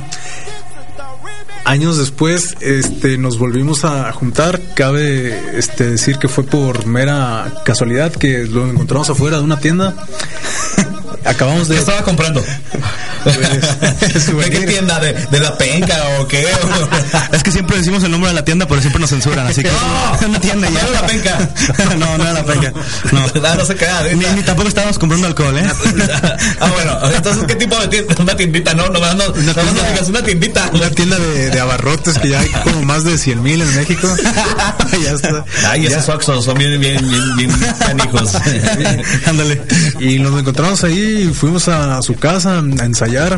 Años después, nos volvimos a juntar. Cabe decir que fue por mera casualidad que lo encontramos afuera de una tienda. Acabamos de...
¿Qué estaba comprando? ¿De qué tienda? ¿De la penca o qué?
Es que siempre decimos el nombre de la tienda, pero siempre nos censuran, así que...
¡No!
Una tienda ya.
No era la penca.
No era la penca.
No se crea.
Ni tampoco estábamos comprando alcohol, ¿eh?
Bueno, entonces, ¿qué tipo de tienda? Una tiendita, ¿no? No digas una tiendita.
Una tienda de abarrotes que ya hay como más de 100,000 en México. Ya está.
Ay, esos Oxxos son bien canijos.
Ándale. Y nos encontramos ahí y fuimos a su casa a ensayar.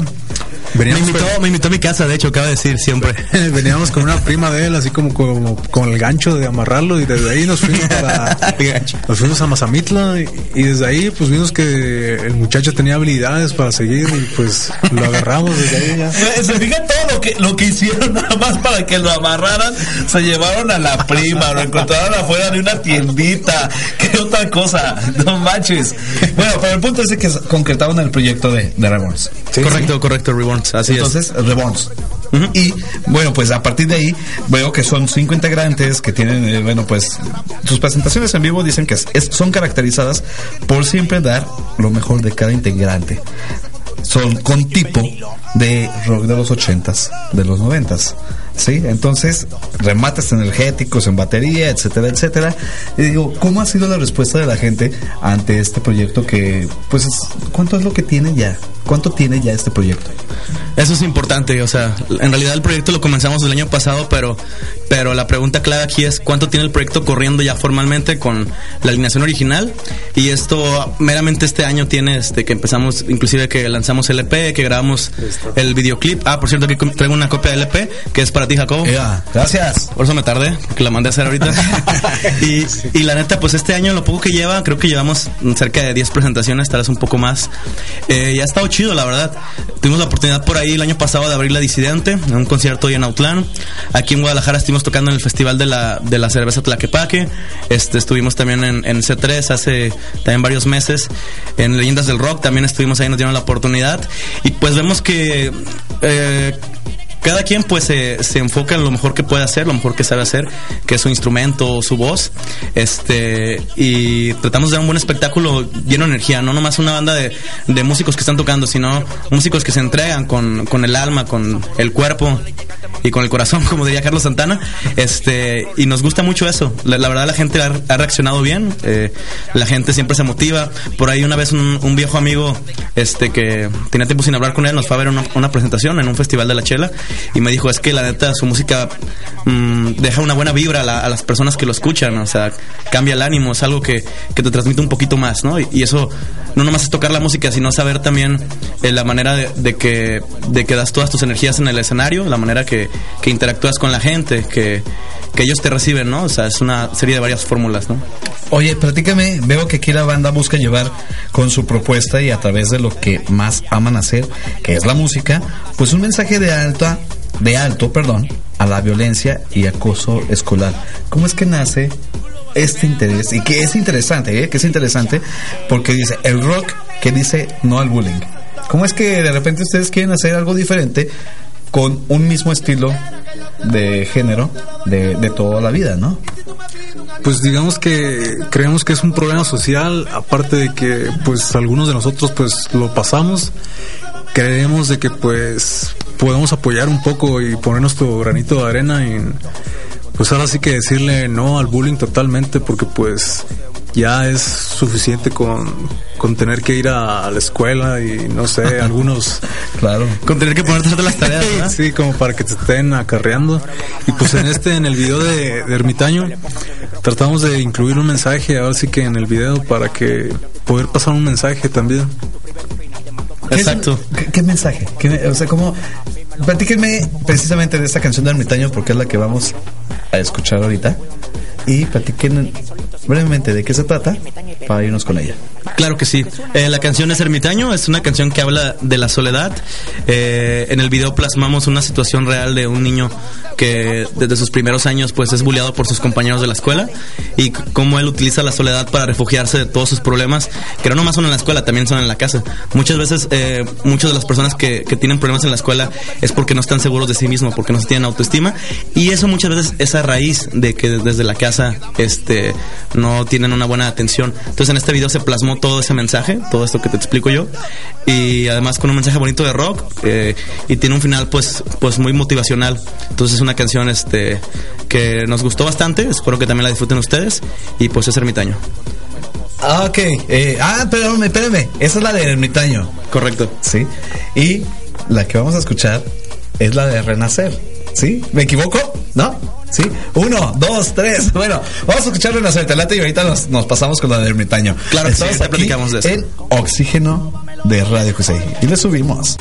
Me invitó a mi casa, de hecho, acaba de decir siempre.
Veníamos con una prima de él, así como con el gancho de amarrarlo, y desde ahí nos fuimos a Mazamitla, y desde ahí pues vimos que el muchacho tenía habilidades para seguir, y pues lo agarramos desde ahí ya.
Se fija todo lo que hicieron nada más para que lo amarraran. Se llevaron a la prima, lo encontraron afuera de una tiendita. ¿Qué otra cosa? No manches. Bueno, pero el punto es que concretaron el proyecto de Reborns.
Sí, correcto, Reborns. Así
entonces, es. Reborns. Uh-huh. Y bueno, pues a partir de ahí veo que son 5 integrantes que tienen, pues sus presentaciones en vivo dicen que son caracterizadas por siempre dar lo mejor de cada integrante. Son con tipo de rock de los 80s, de los 90s, ¿sí? Entonces, remates energéticos en batería, etcétera, etcétera. Y digo, ¿cómo ha sido la respuesta de la gente ante este proyecto que, pues, ¿cuánto es lo que tiene ya? ¿Cuánto tiene ya este proyecto?
Eso es importante, o sea, en realidad el proyecto lo comenzamos el año pasado, pero la pregunta clave aquí es ¿cuánto tiene el proyecto corriendo ya formalmente con la alineación original? Y esto meramente este año tiene que empezamos, inclusive que lanzamos el EP, que grabamos el videoclip. Por cierto, aquí traigo una copia del EP que es para ti, Jacobo.
Gracias.
Por eso me tardé, porque la mandé a hacer ahorita. y la neta, pues este año lo poco que lleva, creo que llevamos cerca de 10 presentaciones, tal vez un poco más. Y ha estado chido, la verdad. Tuvimos la oportunidad por ahí el año pasado de abrir La Disidente en un concierto hoy en Autlán. Aquí en Guadalajara estuvimos tocando en el festival de la cerveza Tlaquepaque. Estuvimos también en C3 hace también varios meses. En Leyendas del Rock también estuvimos ahí, nos dieron la oportunidad. Y pues vemos que cada quien pues se enfoca en lo mejor que puede hacer, lo mejor que sabe hacer, que es su instrumento, su voz, y tratamos de dar un buen espectáculo lleno de energía, no nomás una banda de músicos que están tocando, sino músicos que se entregan con el alma, con el cuerpo y con el corazón, como diría Carlos Santana, y nos gusta mucho eso. La verdad, la gente ha reaccionado bien, la gente siempre se motiva. Por ahí una vez un viejo amigo que tenía tiempo sin hablar con él nos fue a ver una presentación en un festival de la chela y me dijo, es que la neta su música deja una buena vibra a las personas que lo escuchan, o sea, cambia el ánimo, es algo que te transmite un poquito más, ¿no? Y eso no nomás es tocar la música, sino saber también la manera de que das todas tus energías en el escenario, la manera que interactúas con la gente, que ellos te reciben, ¿no? O sea, es una serie de varias fórmulas, ¿no?
Oye, platícame, veo que aquí la banda busca llevar con su propuesta y a través de lo que más aman hacer, que es la música, pues un mensaje de alto a la violencia y acoso escolar. ¿Cómo es que nace este interés? Y que es interesante, que es interesante porque dice el rock que dice no al bullying. ¿Cómo es que de repente ustedes quieren hacer algo diferente con un mismo estilo de género de toda la vida, ¿no?
Pues digamos que creemos que es un problema social, aparte de que pues algunos de nosotros pues lo pasamos. Creemos de que pues podemos apoyar un poco y poner nuestro granito de arena en, pues ahora sí que decirle no al bullying totalmente, porque pues ya es suficiente con tener que ir a la escuela y no sé, algunos...
Claro. Con tener que ponerte a hacer las tareas, ¿verdad?
Sí, como para que te estén acarreando. Y pues en el video de Ermitaño, tratamos de incluir un mensaje, ahora sí que en el video, para que poder pasar un mensaje también.
Exacto. ¿Qué mensaje? O sea, ¿cómo? Platíquenme precisamente de esta canción de Ermitaño, porque es la que vamos a escuchar ahorita. Y platiquen brevemente de qué se trata para irnos con ella.
Claro que sí. La canción es Ermitaño, es una canción que habla de la soledad. En el video plasmamos una situación real de un niño que desde sus primeros años pues es bulleado por sus compañeros de la escuela, y cómo él utiliza la soledad para refugiarse de todos sus problemas, que no nomás son en la escuela, también son en la casa. Muchas veces muchas de las personas que tienen problemas en la escuela es porque no están seguros de sí mismos, porque no se tienen autoestima, y eso muchas veces es a raíz de que desde la casa no tienen una buena atención. Entonces en este video se plasmó todo ese mensaje, todo esto que te explico yo, y además con un mensaje bonito de rock, y tiene un final pues muy motivacional. Entonces es una canción que nos gustó bastante, espero que también la disfruten ustedes, y pues es Ermitaño.
Ah, ok. Espérame, esa es la de Ermitaño.
Correcto.
Sí. Y la que vamos a escuchar es la de Renacer. ¿Sí? ¿Me equivoco? ¿No? ¿Sí? 1, 2, 3. Bueno, vamos a escuchar Renacer, te late, y ahorita nos pasamos con la de Ermitaño.
Claro que sí, ahorita platicamos de eso.
En Oxígeno de Radio Cusey. Y le subimos.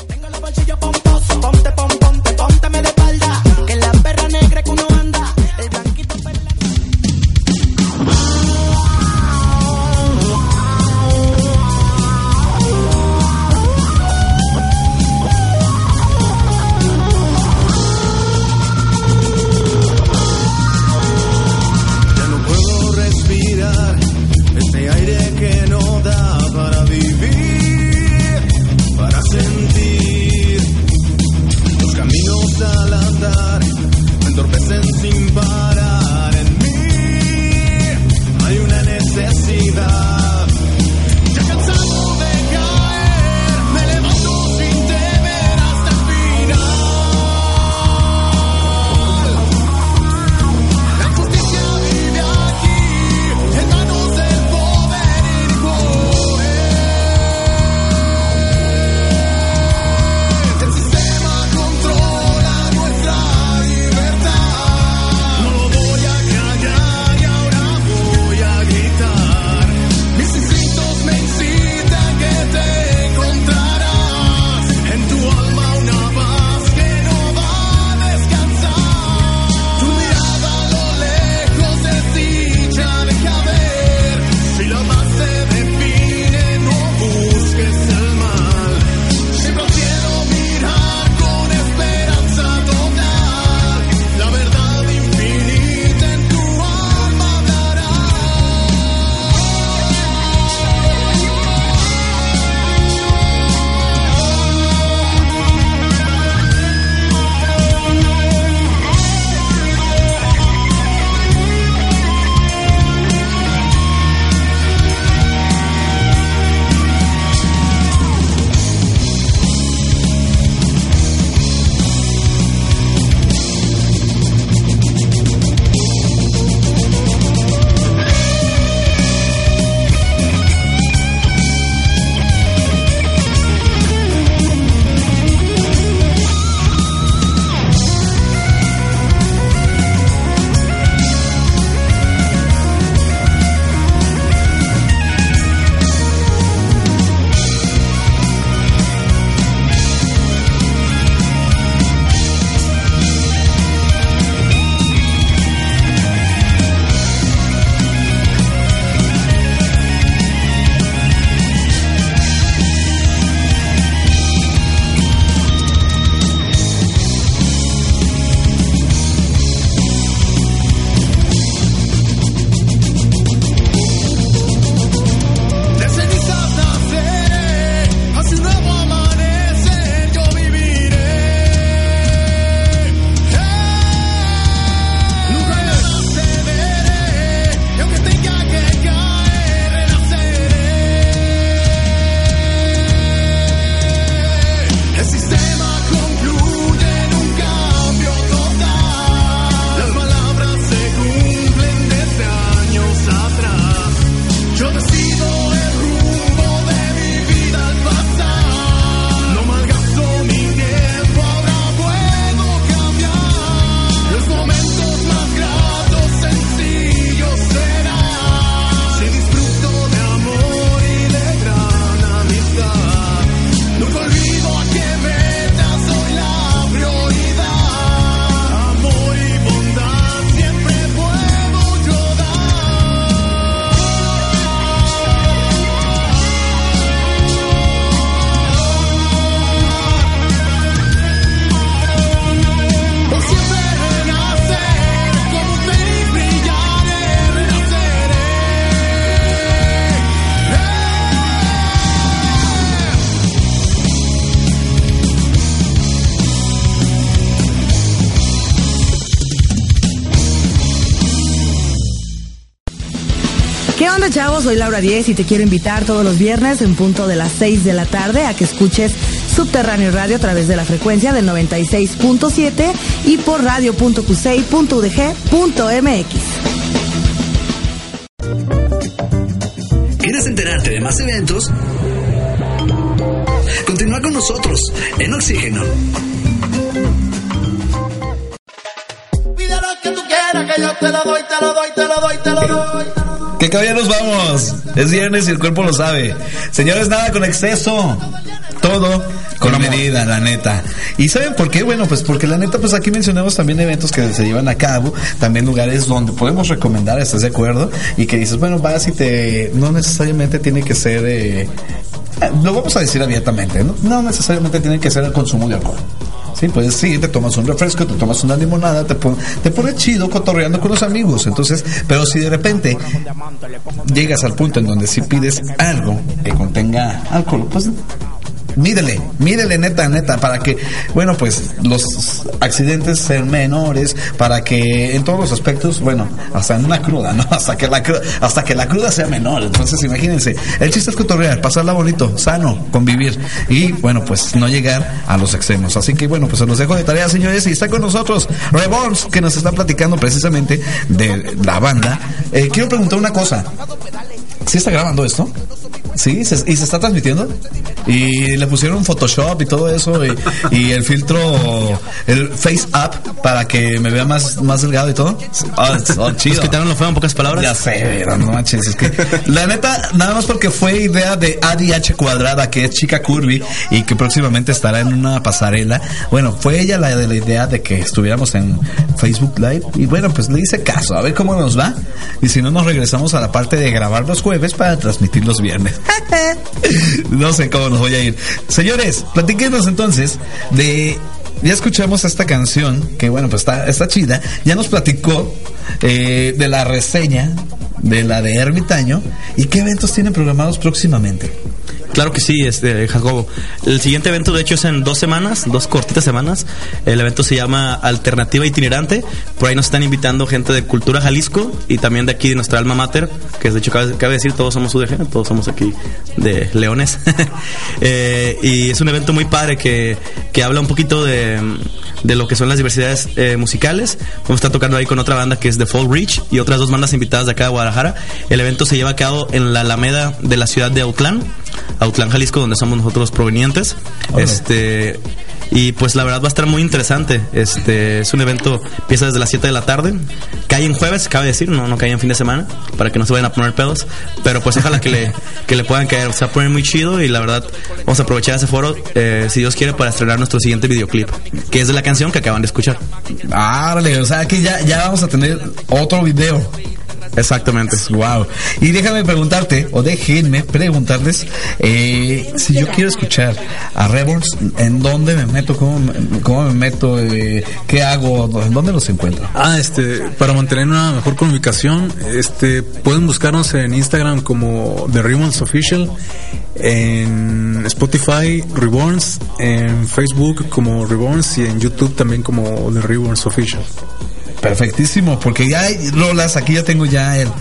No lo
chavos? Soy Laura Díez y te quiero invitar todos los viernes en punto de las 6 de la tarde a que escuches Subterráneo Radio a través de la frecuencia del 96.7 y por radio.qusey.udg.mx.
¿Quieres enterarte de más eventos? Continúa con nosotros en Oxígeno.
Pide lo que tú quieras, que yo te lo doy, te lo doy, te lo doy, te lo doy.
Que caballeros vamos. Es viernes y el cuerpo lo sabe. Señores, nada con exceso. Todo con medida, la neta. ¿Y saben por qué? Bueno, pues porque la neta, pues aquí mencionamos también eventos que se llevan a cabo, también lugares donde podemos recomendar, ¿estás de acuerdo? Y que dices, bueno, vas y no necesariamente tiene que ser, lo vamos a decir abiertamente, ¿no? No necesariamente tiene que ser el consumo de alcohol. Sí, pues sí, te tomas un refresco, te tomas una limonada, te pone chido cotorreando con los amigos. Entonces, pero si de repente llegas al punto en donde si pides algo que contenga alcohol, pues mídele, neta, para que, bueno, pues los accidentes sean menores, para que en todos los aspectos, bueno, hasta en una cruda, ¿no? Hasta que la cruda sea menor. Entonces, imagínense, el chiste es cotorrear, pasarla bonito, sano, convivir y, bueno, pues no llegar a los extremos. Así que, bueno, pues se los dejo de tarea, señores, y está con nosotros Reborns, que nos está platicando precisamente de la banda. Quiero preguntar una cosa. ¿Sí está grabando esto? Sí, y se está transmitiendo. Y le pusieron Photoshop y todo eso y el filtro, el face up para que me vea más delgado y todo. Chido.
Nos quitaron lo feo en pocas palabras.
Ya sé, pero no manches, es que la neta, nada más porque fue idea de ADH Cuadrada, que es chica curvy y que próximamente estará en una pasarela. Bueno, fue ella la de la idea de que estuviéramos en Facebook Live y bueno, pues le hice caso, a ver cómo nos va y si no nos regresamos a la parte de grabar los jueves para transmitir los viernes. No sé cómo nos voy a ir. Señores, platíquenos entonces ya escuchamos esta canción que bueno, pues está chida. Ya nos platicó de la reseña de la de Ermitaño. ¿Y qué eventos tienen programados próximamente?
Claro que sí, Jacobo. El siguiente evento, de hecho, es en 2 semanas, 2 cortitas semanas. El evento se llama Alternativa Itinerante. Por ahí nos están invitando gente de Cultura Jalisco y también de aquí de nuestra alma mater, que de hecho cabe decir, todos somos UDG, todos somos aquí de Leones. Y es un evento muy padre que habla un poquito de lo que son las diversidades musicales. Vamos a estar tocando ahí con otra banda que es The Fall Reach y otras 2 bandas invitadas de acá de Guadalajara. El evento se lleva a cabo en la Alameda de la ciudad de Autlán, Jalisco, donde somos nosotros provenientes. Okay. Y pues la verdad va a estar muy interesante. Es un evento, empieza desde las 7 de la tarde, cae en jueves, cabe decir, no cae en fin de semana, para que no se vayan a poner pedos, pero pues ojalá que le puedan caer. Se va a poner muy chido y la verdad vamos a aprovechar ese foro, si Dios quiere, para estrenar nuestro siguiente videoclip, que es de la canción que acaban de escuchar.
Árale, o sea, aquí ya vamos a tener otro video.
Exactamente.
Wow. Y déjenme preguntarles, si yo quiero escuchar a Reborns, ¿en dónde me meto? ¿Cómo me meto? ¿Qué hago? ¿Dónde los encuentro?
Para mantener una mejor comunicación, pueden buscarnos en Instagram como The Reborns Official, en Spotify Reborns, en Facebook como Reborns y en YouTube también como The Reborns Official.
Perfectísimo, porque ya hay rolas, aquí ya tengo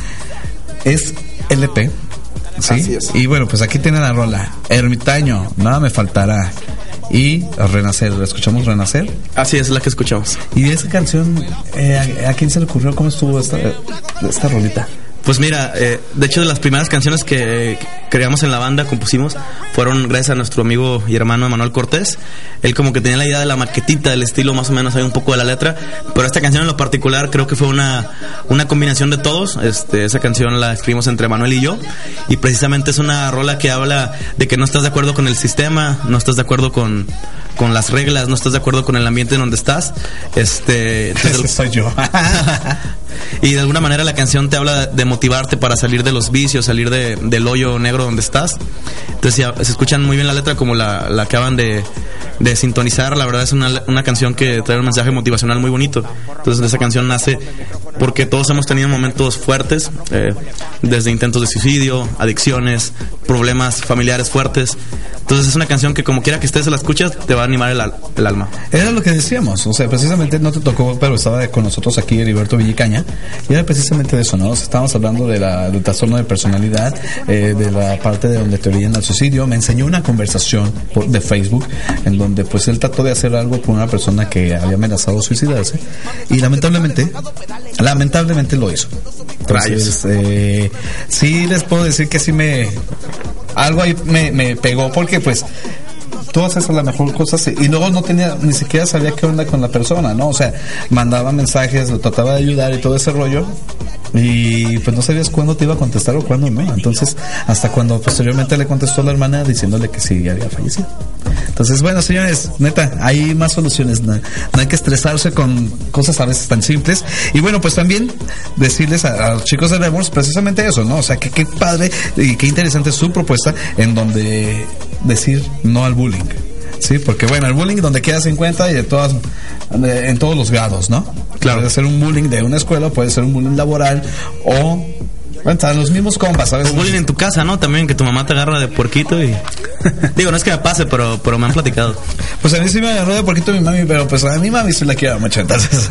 es LP, ¿sí? Así es. Y bueno, pues aquí tiene la rola Ermitaño, Nada Me Faltará y Renacer. ¿Escuchamos Renacer?
Así es, la que escuchamos.
¿Y esa canción, a quién se le ocurrió? ¿Cómo estuvo esta rolita?
Pues mira, de hecho de las primeras canciones que creamos en la banda, compusimos, fueron gracias a nuestro amigo y hermano Emanuel Cortés. Él como que tenía la idea de la maquetita, del estilo más o menos, hay un poco de la letra, pero esta canción en lo particular creo que fue una combinación de todos. Esa canción la escribimos entre Emanuel y yo, y precisamente es una rola que habla de que no estás de acuerdo con el sistema, no estás de acuerdo con las reglas, no estás de acuerdo con el ambiente en donde estás.
Ese soy yo.
Y de alguna manera la canción te habla de motivarte para salir de los vicios, salir del hoyo negro donde estás. Entonces se escuchan muy bien la letra, como la acaban de sintonizar. La verdad es una canción que trae un mensaje motivacional muy bonito. Entonces esa canción nace porque todos hemos tenido momentos fuertes, desde intentos de suicidio, adicciones, problemas familiares fuertes. Entonces es una canción que como quiera que estés, la escuchas, te va a animar el alma.
Era lo que decíamos, o sea, precisamente no te tocó, pero estaba con nosotros aquí Heriberto Villicaña,
día, y era precisamente de eso, ¿no? O sea, estábamos hablando del trastorno de personalidad, de la parte de donde te orillan al suicidio. Me enseñó una conversación de Facebook en donde pues él trató de hacer algo con una persona que había amenazado suicidarse, y lamentablemente lo hizo. Entonces, sí les puedo decir que sí algo ahí me pegó, porque pues tú haces a lo mejor cosas y luego ni siquiera sabía qué onda con la persona, ¿no? O sea, mandaba mensajes, lo trataba de ayudar y todo ese rollo, y pues no sabías cuándo te iba a contestar o cuándo no. Entonces, hasta cuando posteriormente le contestó a la hermana diciéndole que sí había fallecido. Entonces, bueno, señores, neta, hay más soluciones. No hay que estresarse con cosas a veces tan simples. Y bueno, pues también decirles a los chicos de Remorse precisamente eso, ¿no? O sea, que qué padre y qué interesante es su propuesta en donde decir no al bullying. Sí, porque bueno, el bullying donde quiera se encuentra y en todos los grados, ¿no? Claro. Puede ser un bullying de una escuela, puede ser un bullying laboral, o bueno, los mismos compas, ¿sabes?
O bullying en tu casa, ¿no? También, que tu mamá te agarra de puerquito y... Digo, no es que me pase, pero me han platicado.
Pues a mí sí me agarró de puerquito mi mami, pero pues a mi mami sí la quiero mucho, entonces...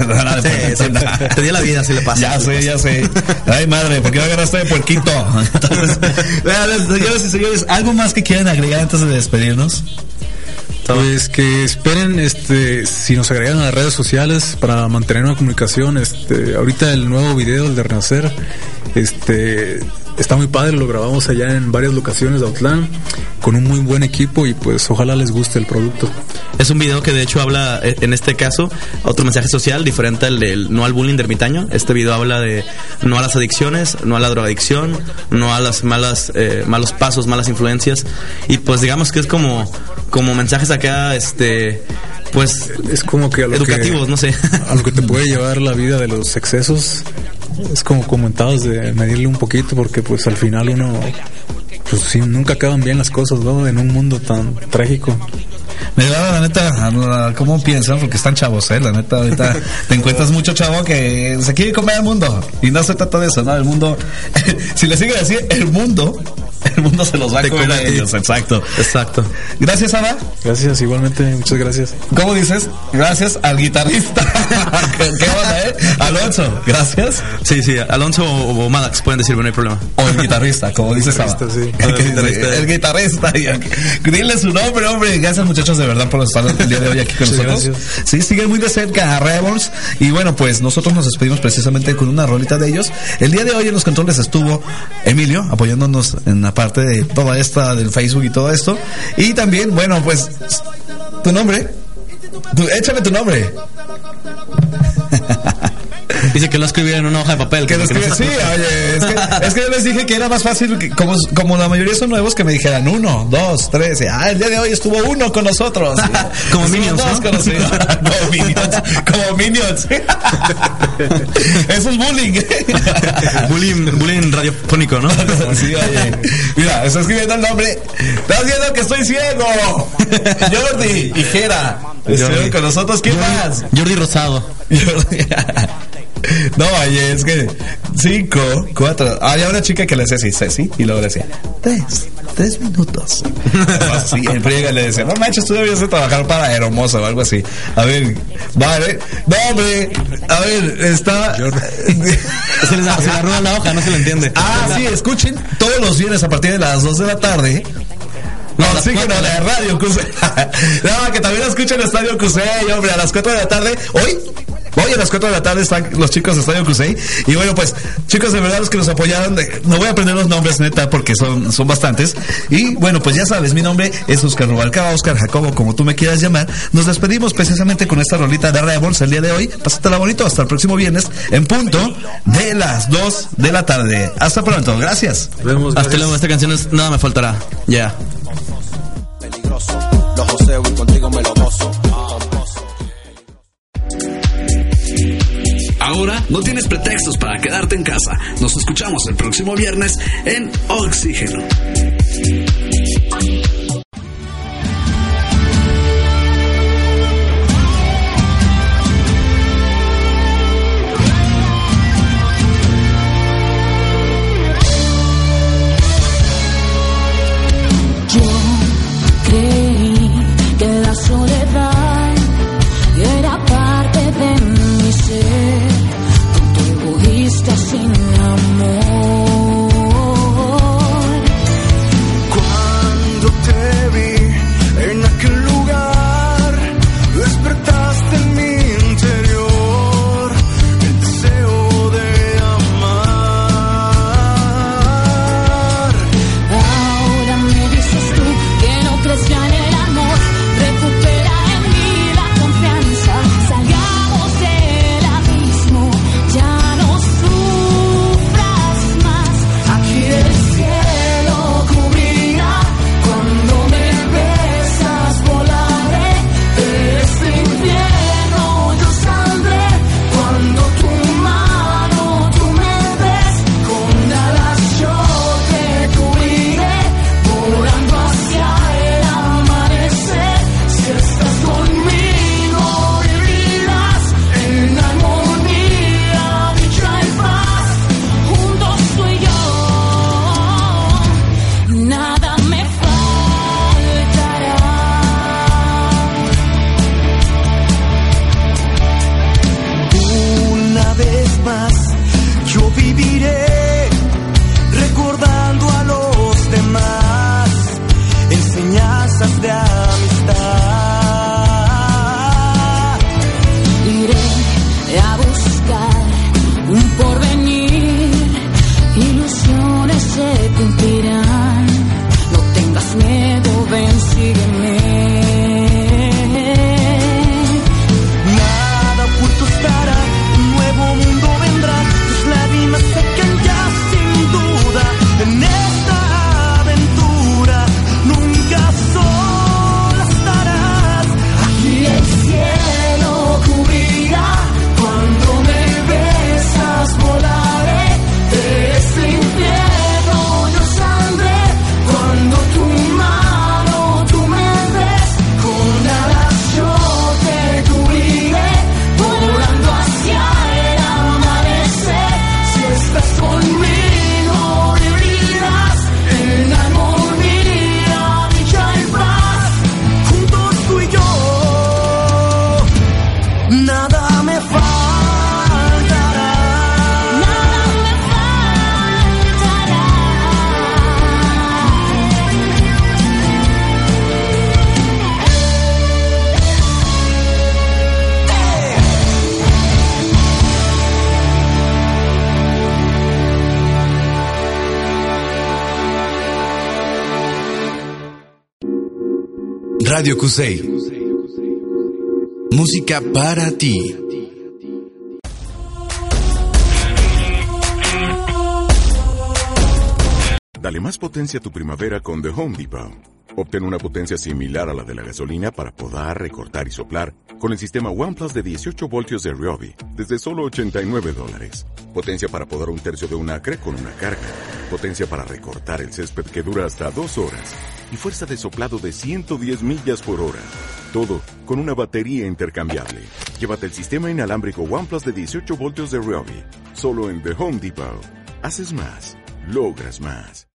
te dio la vida si le pasa.
Ya sé. Ay, madre, ¿por qué me agarraste de puerquito? Entonces, señores y señores, ¿algo más que quieran agregar antes de despedirnos?
Pues que esperen, si nos agregan a las redes sociales para mantener una comunicación, ahorita el nuevo video, el de Renacer, está muy padre, lo grabamos allá en varias locaciones de Autlán, con un muy buen equipo, y pues ojalá les guste el producto.
Es un video que de hecho habla, en este caso, otro mensaje social diferente al del no al bullying de ermitaño. Este video habla de no a las adicciones, no a la drogadicción, no a las malos pasos, malas influencias, y pues digamos que es como mensajes acá, pues
es como que
educativos, no sé,
a lo que te puede llevar la vida de los excesos. Es como comentados de medirle un poquito, porque pues al final uno, pues sí, nunca acaban bien las cosas, ¿no? En un mundo tan trágico.
Me da la neta, ¿cómo piensan? Porque están chavos, la neta, ahorita te encuentras mucho chavo que se quiere comer el mundo, y no se trata de eso, ¿no? El mundo, si le sigue decir el mundo se los va a comer a ellos. Exacto. Gracias, Ana.
Gracias, igualmente, muchas gracias.
¿Cómo dices? Gracias al guitarrista. ¿Qué onda, Alonso, gracias.
Sí, Alonso o Maddox pueden decirme, no hay problema.
O el guitarrista, como dices, Ana.
Sí.
El guitarrista. Dile su nombre, hombre. Gracias, muchachos, de verdad, por estar el día de hoy aquí con nosotros. Gracias. Sí, siguen muy de cerca a Rebels. Y bueno, pues nosotros nos despedimos precisamente con una rolita de ellos. El día de hoy en los controles estuvo Emilio, apoyándonos en la parte de toda esta del Facebook y todo esto. Y también, bueno, pues tu nombre, échame tu nombre.
Dice que lo escribiera en una hoja de papel.
Que lo escribe, sí, oye, es que yo les dije que era más fácil, que, como la mayoría son nuevos, que me dijeran 1, 2, 3. El día de hoy estuvo 1 con nosotros.
Como Minions, ¿no?
Como Minions. Eso es bullying.
bullying radiofónico, ¿no?
Sí, oye. Mira, está escribiendo el nombre. Estás viendo que estoy ciego. Jordi y Jera. Estuvieron con nosotros. ¿Quién más?
Jordi Rosado.
No, oye, es que 5, 4. Había una chica que le decía así, Ceci, y luego le decía 3 minutos. Así, en friega le decía, no manches, tú debías de trabajar para Hermosa o algo así. A ver, vale. No, hombre, a ver, está.
Se le arruga la hoja, no se le entiende.
Sí, escuchen todos los viernes a partir de las 2 de la tarde. No, Oxígeno de Radio Cusey. No, que también escuchen Estadio Cusey, hombre, a las 4 de la tarde. Hoy a las 4 de la tarde están los chicos de Estadio Cusey. Y bueno, pues, chicos, de verdad, los que nos apoyaron, no voy a aprender los nombres, neta, porque son bastantes. Y bueno, pues ya sabes, mi nombre es Oscar Rubalcaba, Oscar Jacobo, como tú me quieras llamar. Nos despedimos precisamente con esta rolita de Rebels el día de hoy. Pásatela bonito, hasta el próximo viernes, en punto de las 2 de la tarde. Hasta pronto, gracias.
Nos vemos,
hasta luego, esta canción es Nada Me Faltará. Ya.
Peligroso, lo joseo y contigo me lo gozo.
Ahora no tienes pretextos para quedarte en casa. Nos escuchamos el próximo viernes en Oxígeno.
Yo creí que la soledad era parte de mi ser. Contigo
promesas de amistad.
Iré a buscar un porvenir, ilusiones se cumplirán. No tengas miedo, ven, sígueme.
Nada oculto estará, un nuevo mundo vendrá. Tus lágrimas secan ya sin duda. En esta aventura nunca sola estarás.
Aquí el cielo cubrirá. Cuando me besas volaré. De este infierno yo saldré. Cuando tu mano tú me des, con alas yo te cubriré. Volando hacia el amanecer. Si estás conmigo vivirás en armonía, dicha y paz.
Juntos tú y yo, nada me faltará.
Nada me faltará.
Radio Cusey. Música para ti.
Dale más potencia a tu primavera con The Home Depot. Obtén una potencia similar a la de la gasolina para podar, recortar y soplar con el sistema OnePlus de 18 voltios de Ryobi desde solo $89. Potencia para podar un tercio de un acre con una carga. Potencia para recortar el césped que dura hasta 2 horas. Y fuerza de soplado de 110 millas por hora. Todo con una batería intercambiable. Llévate el sistema inalámbrico OnePlus de 18 voltios de Ryobi. Solo en The Home Depot. Haces más. Logras más.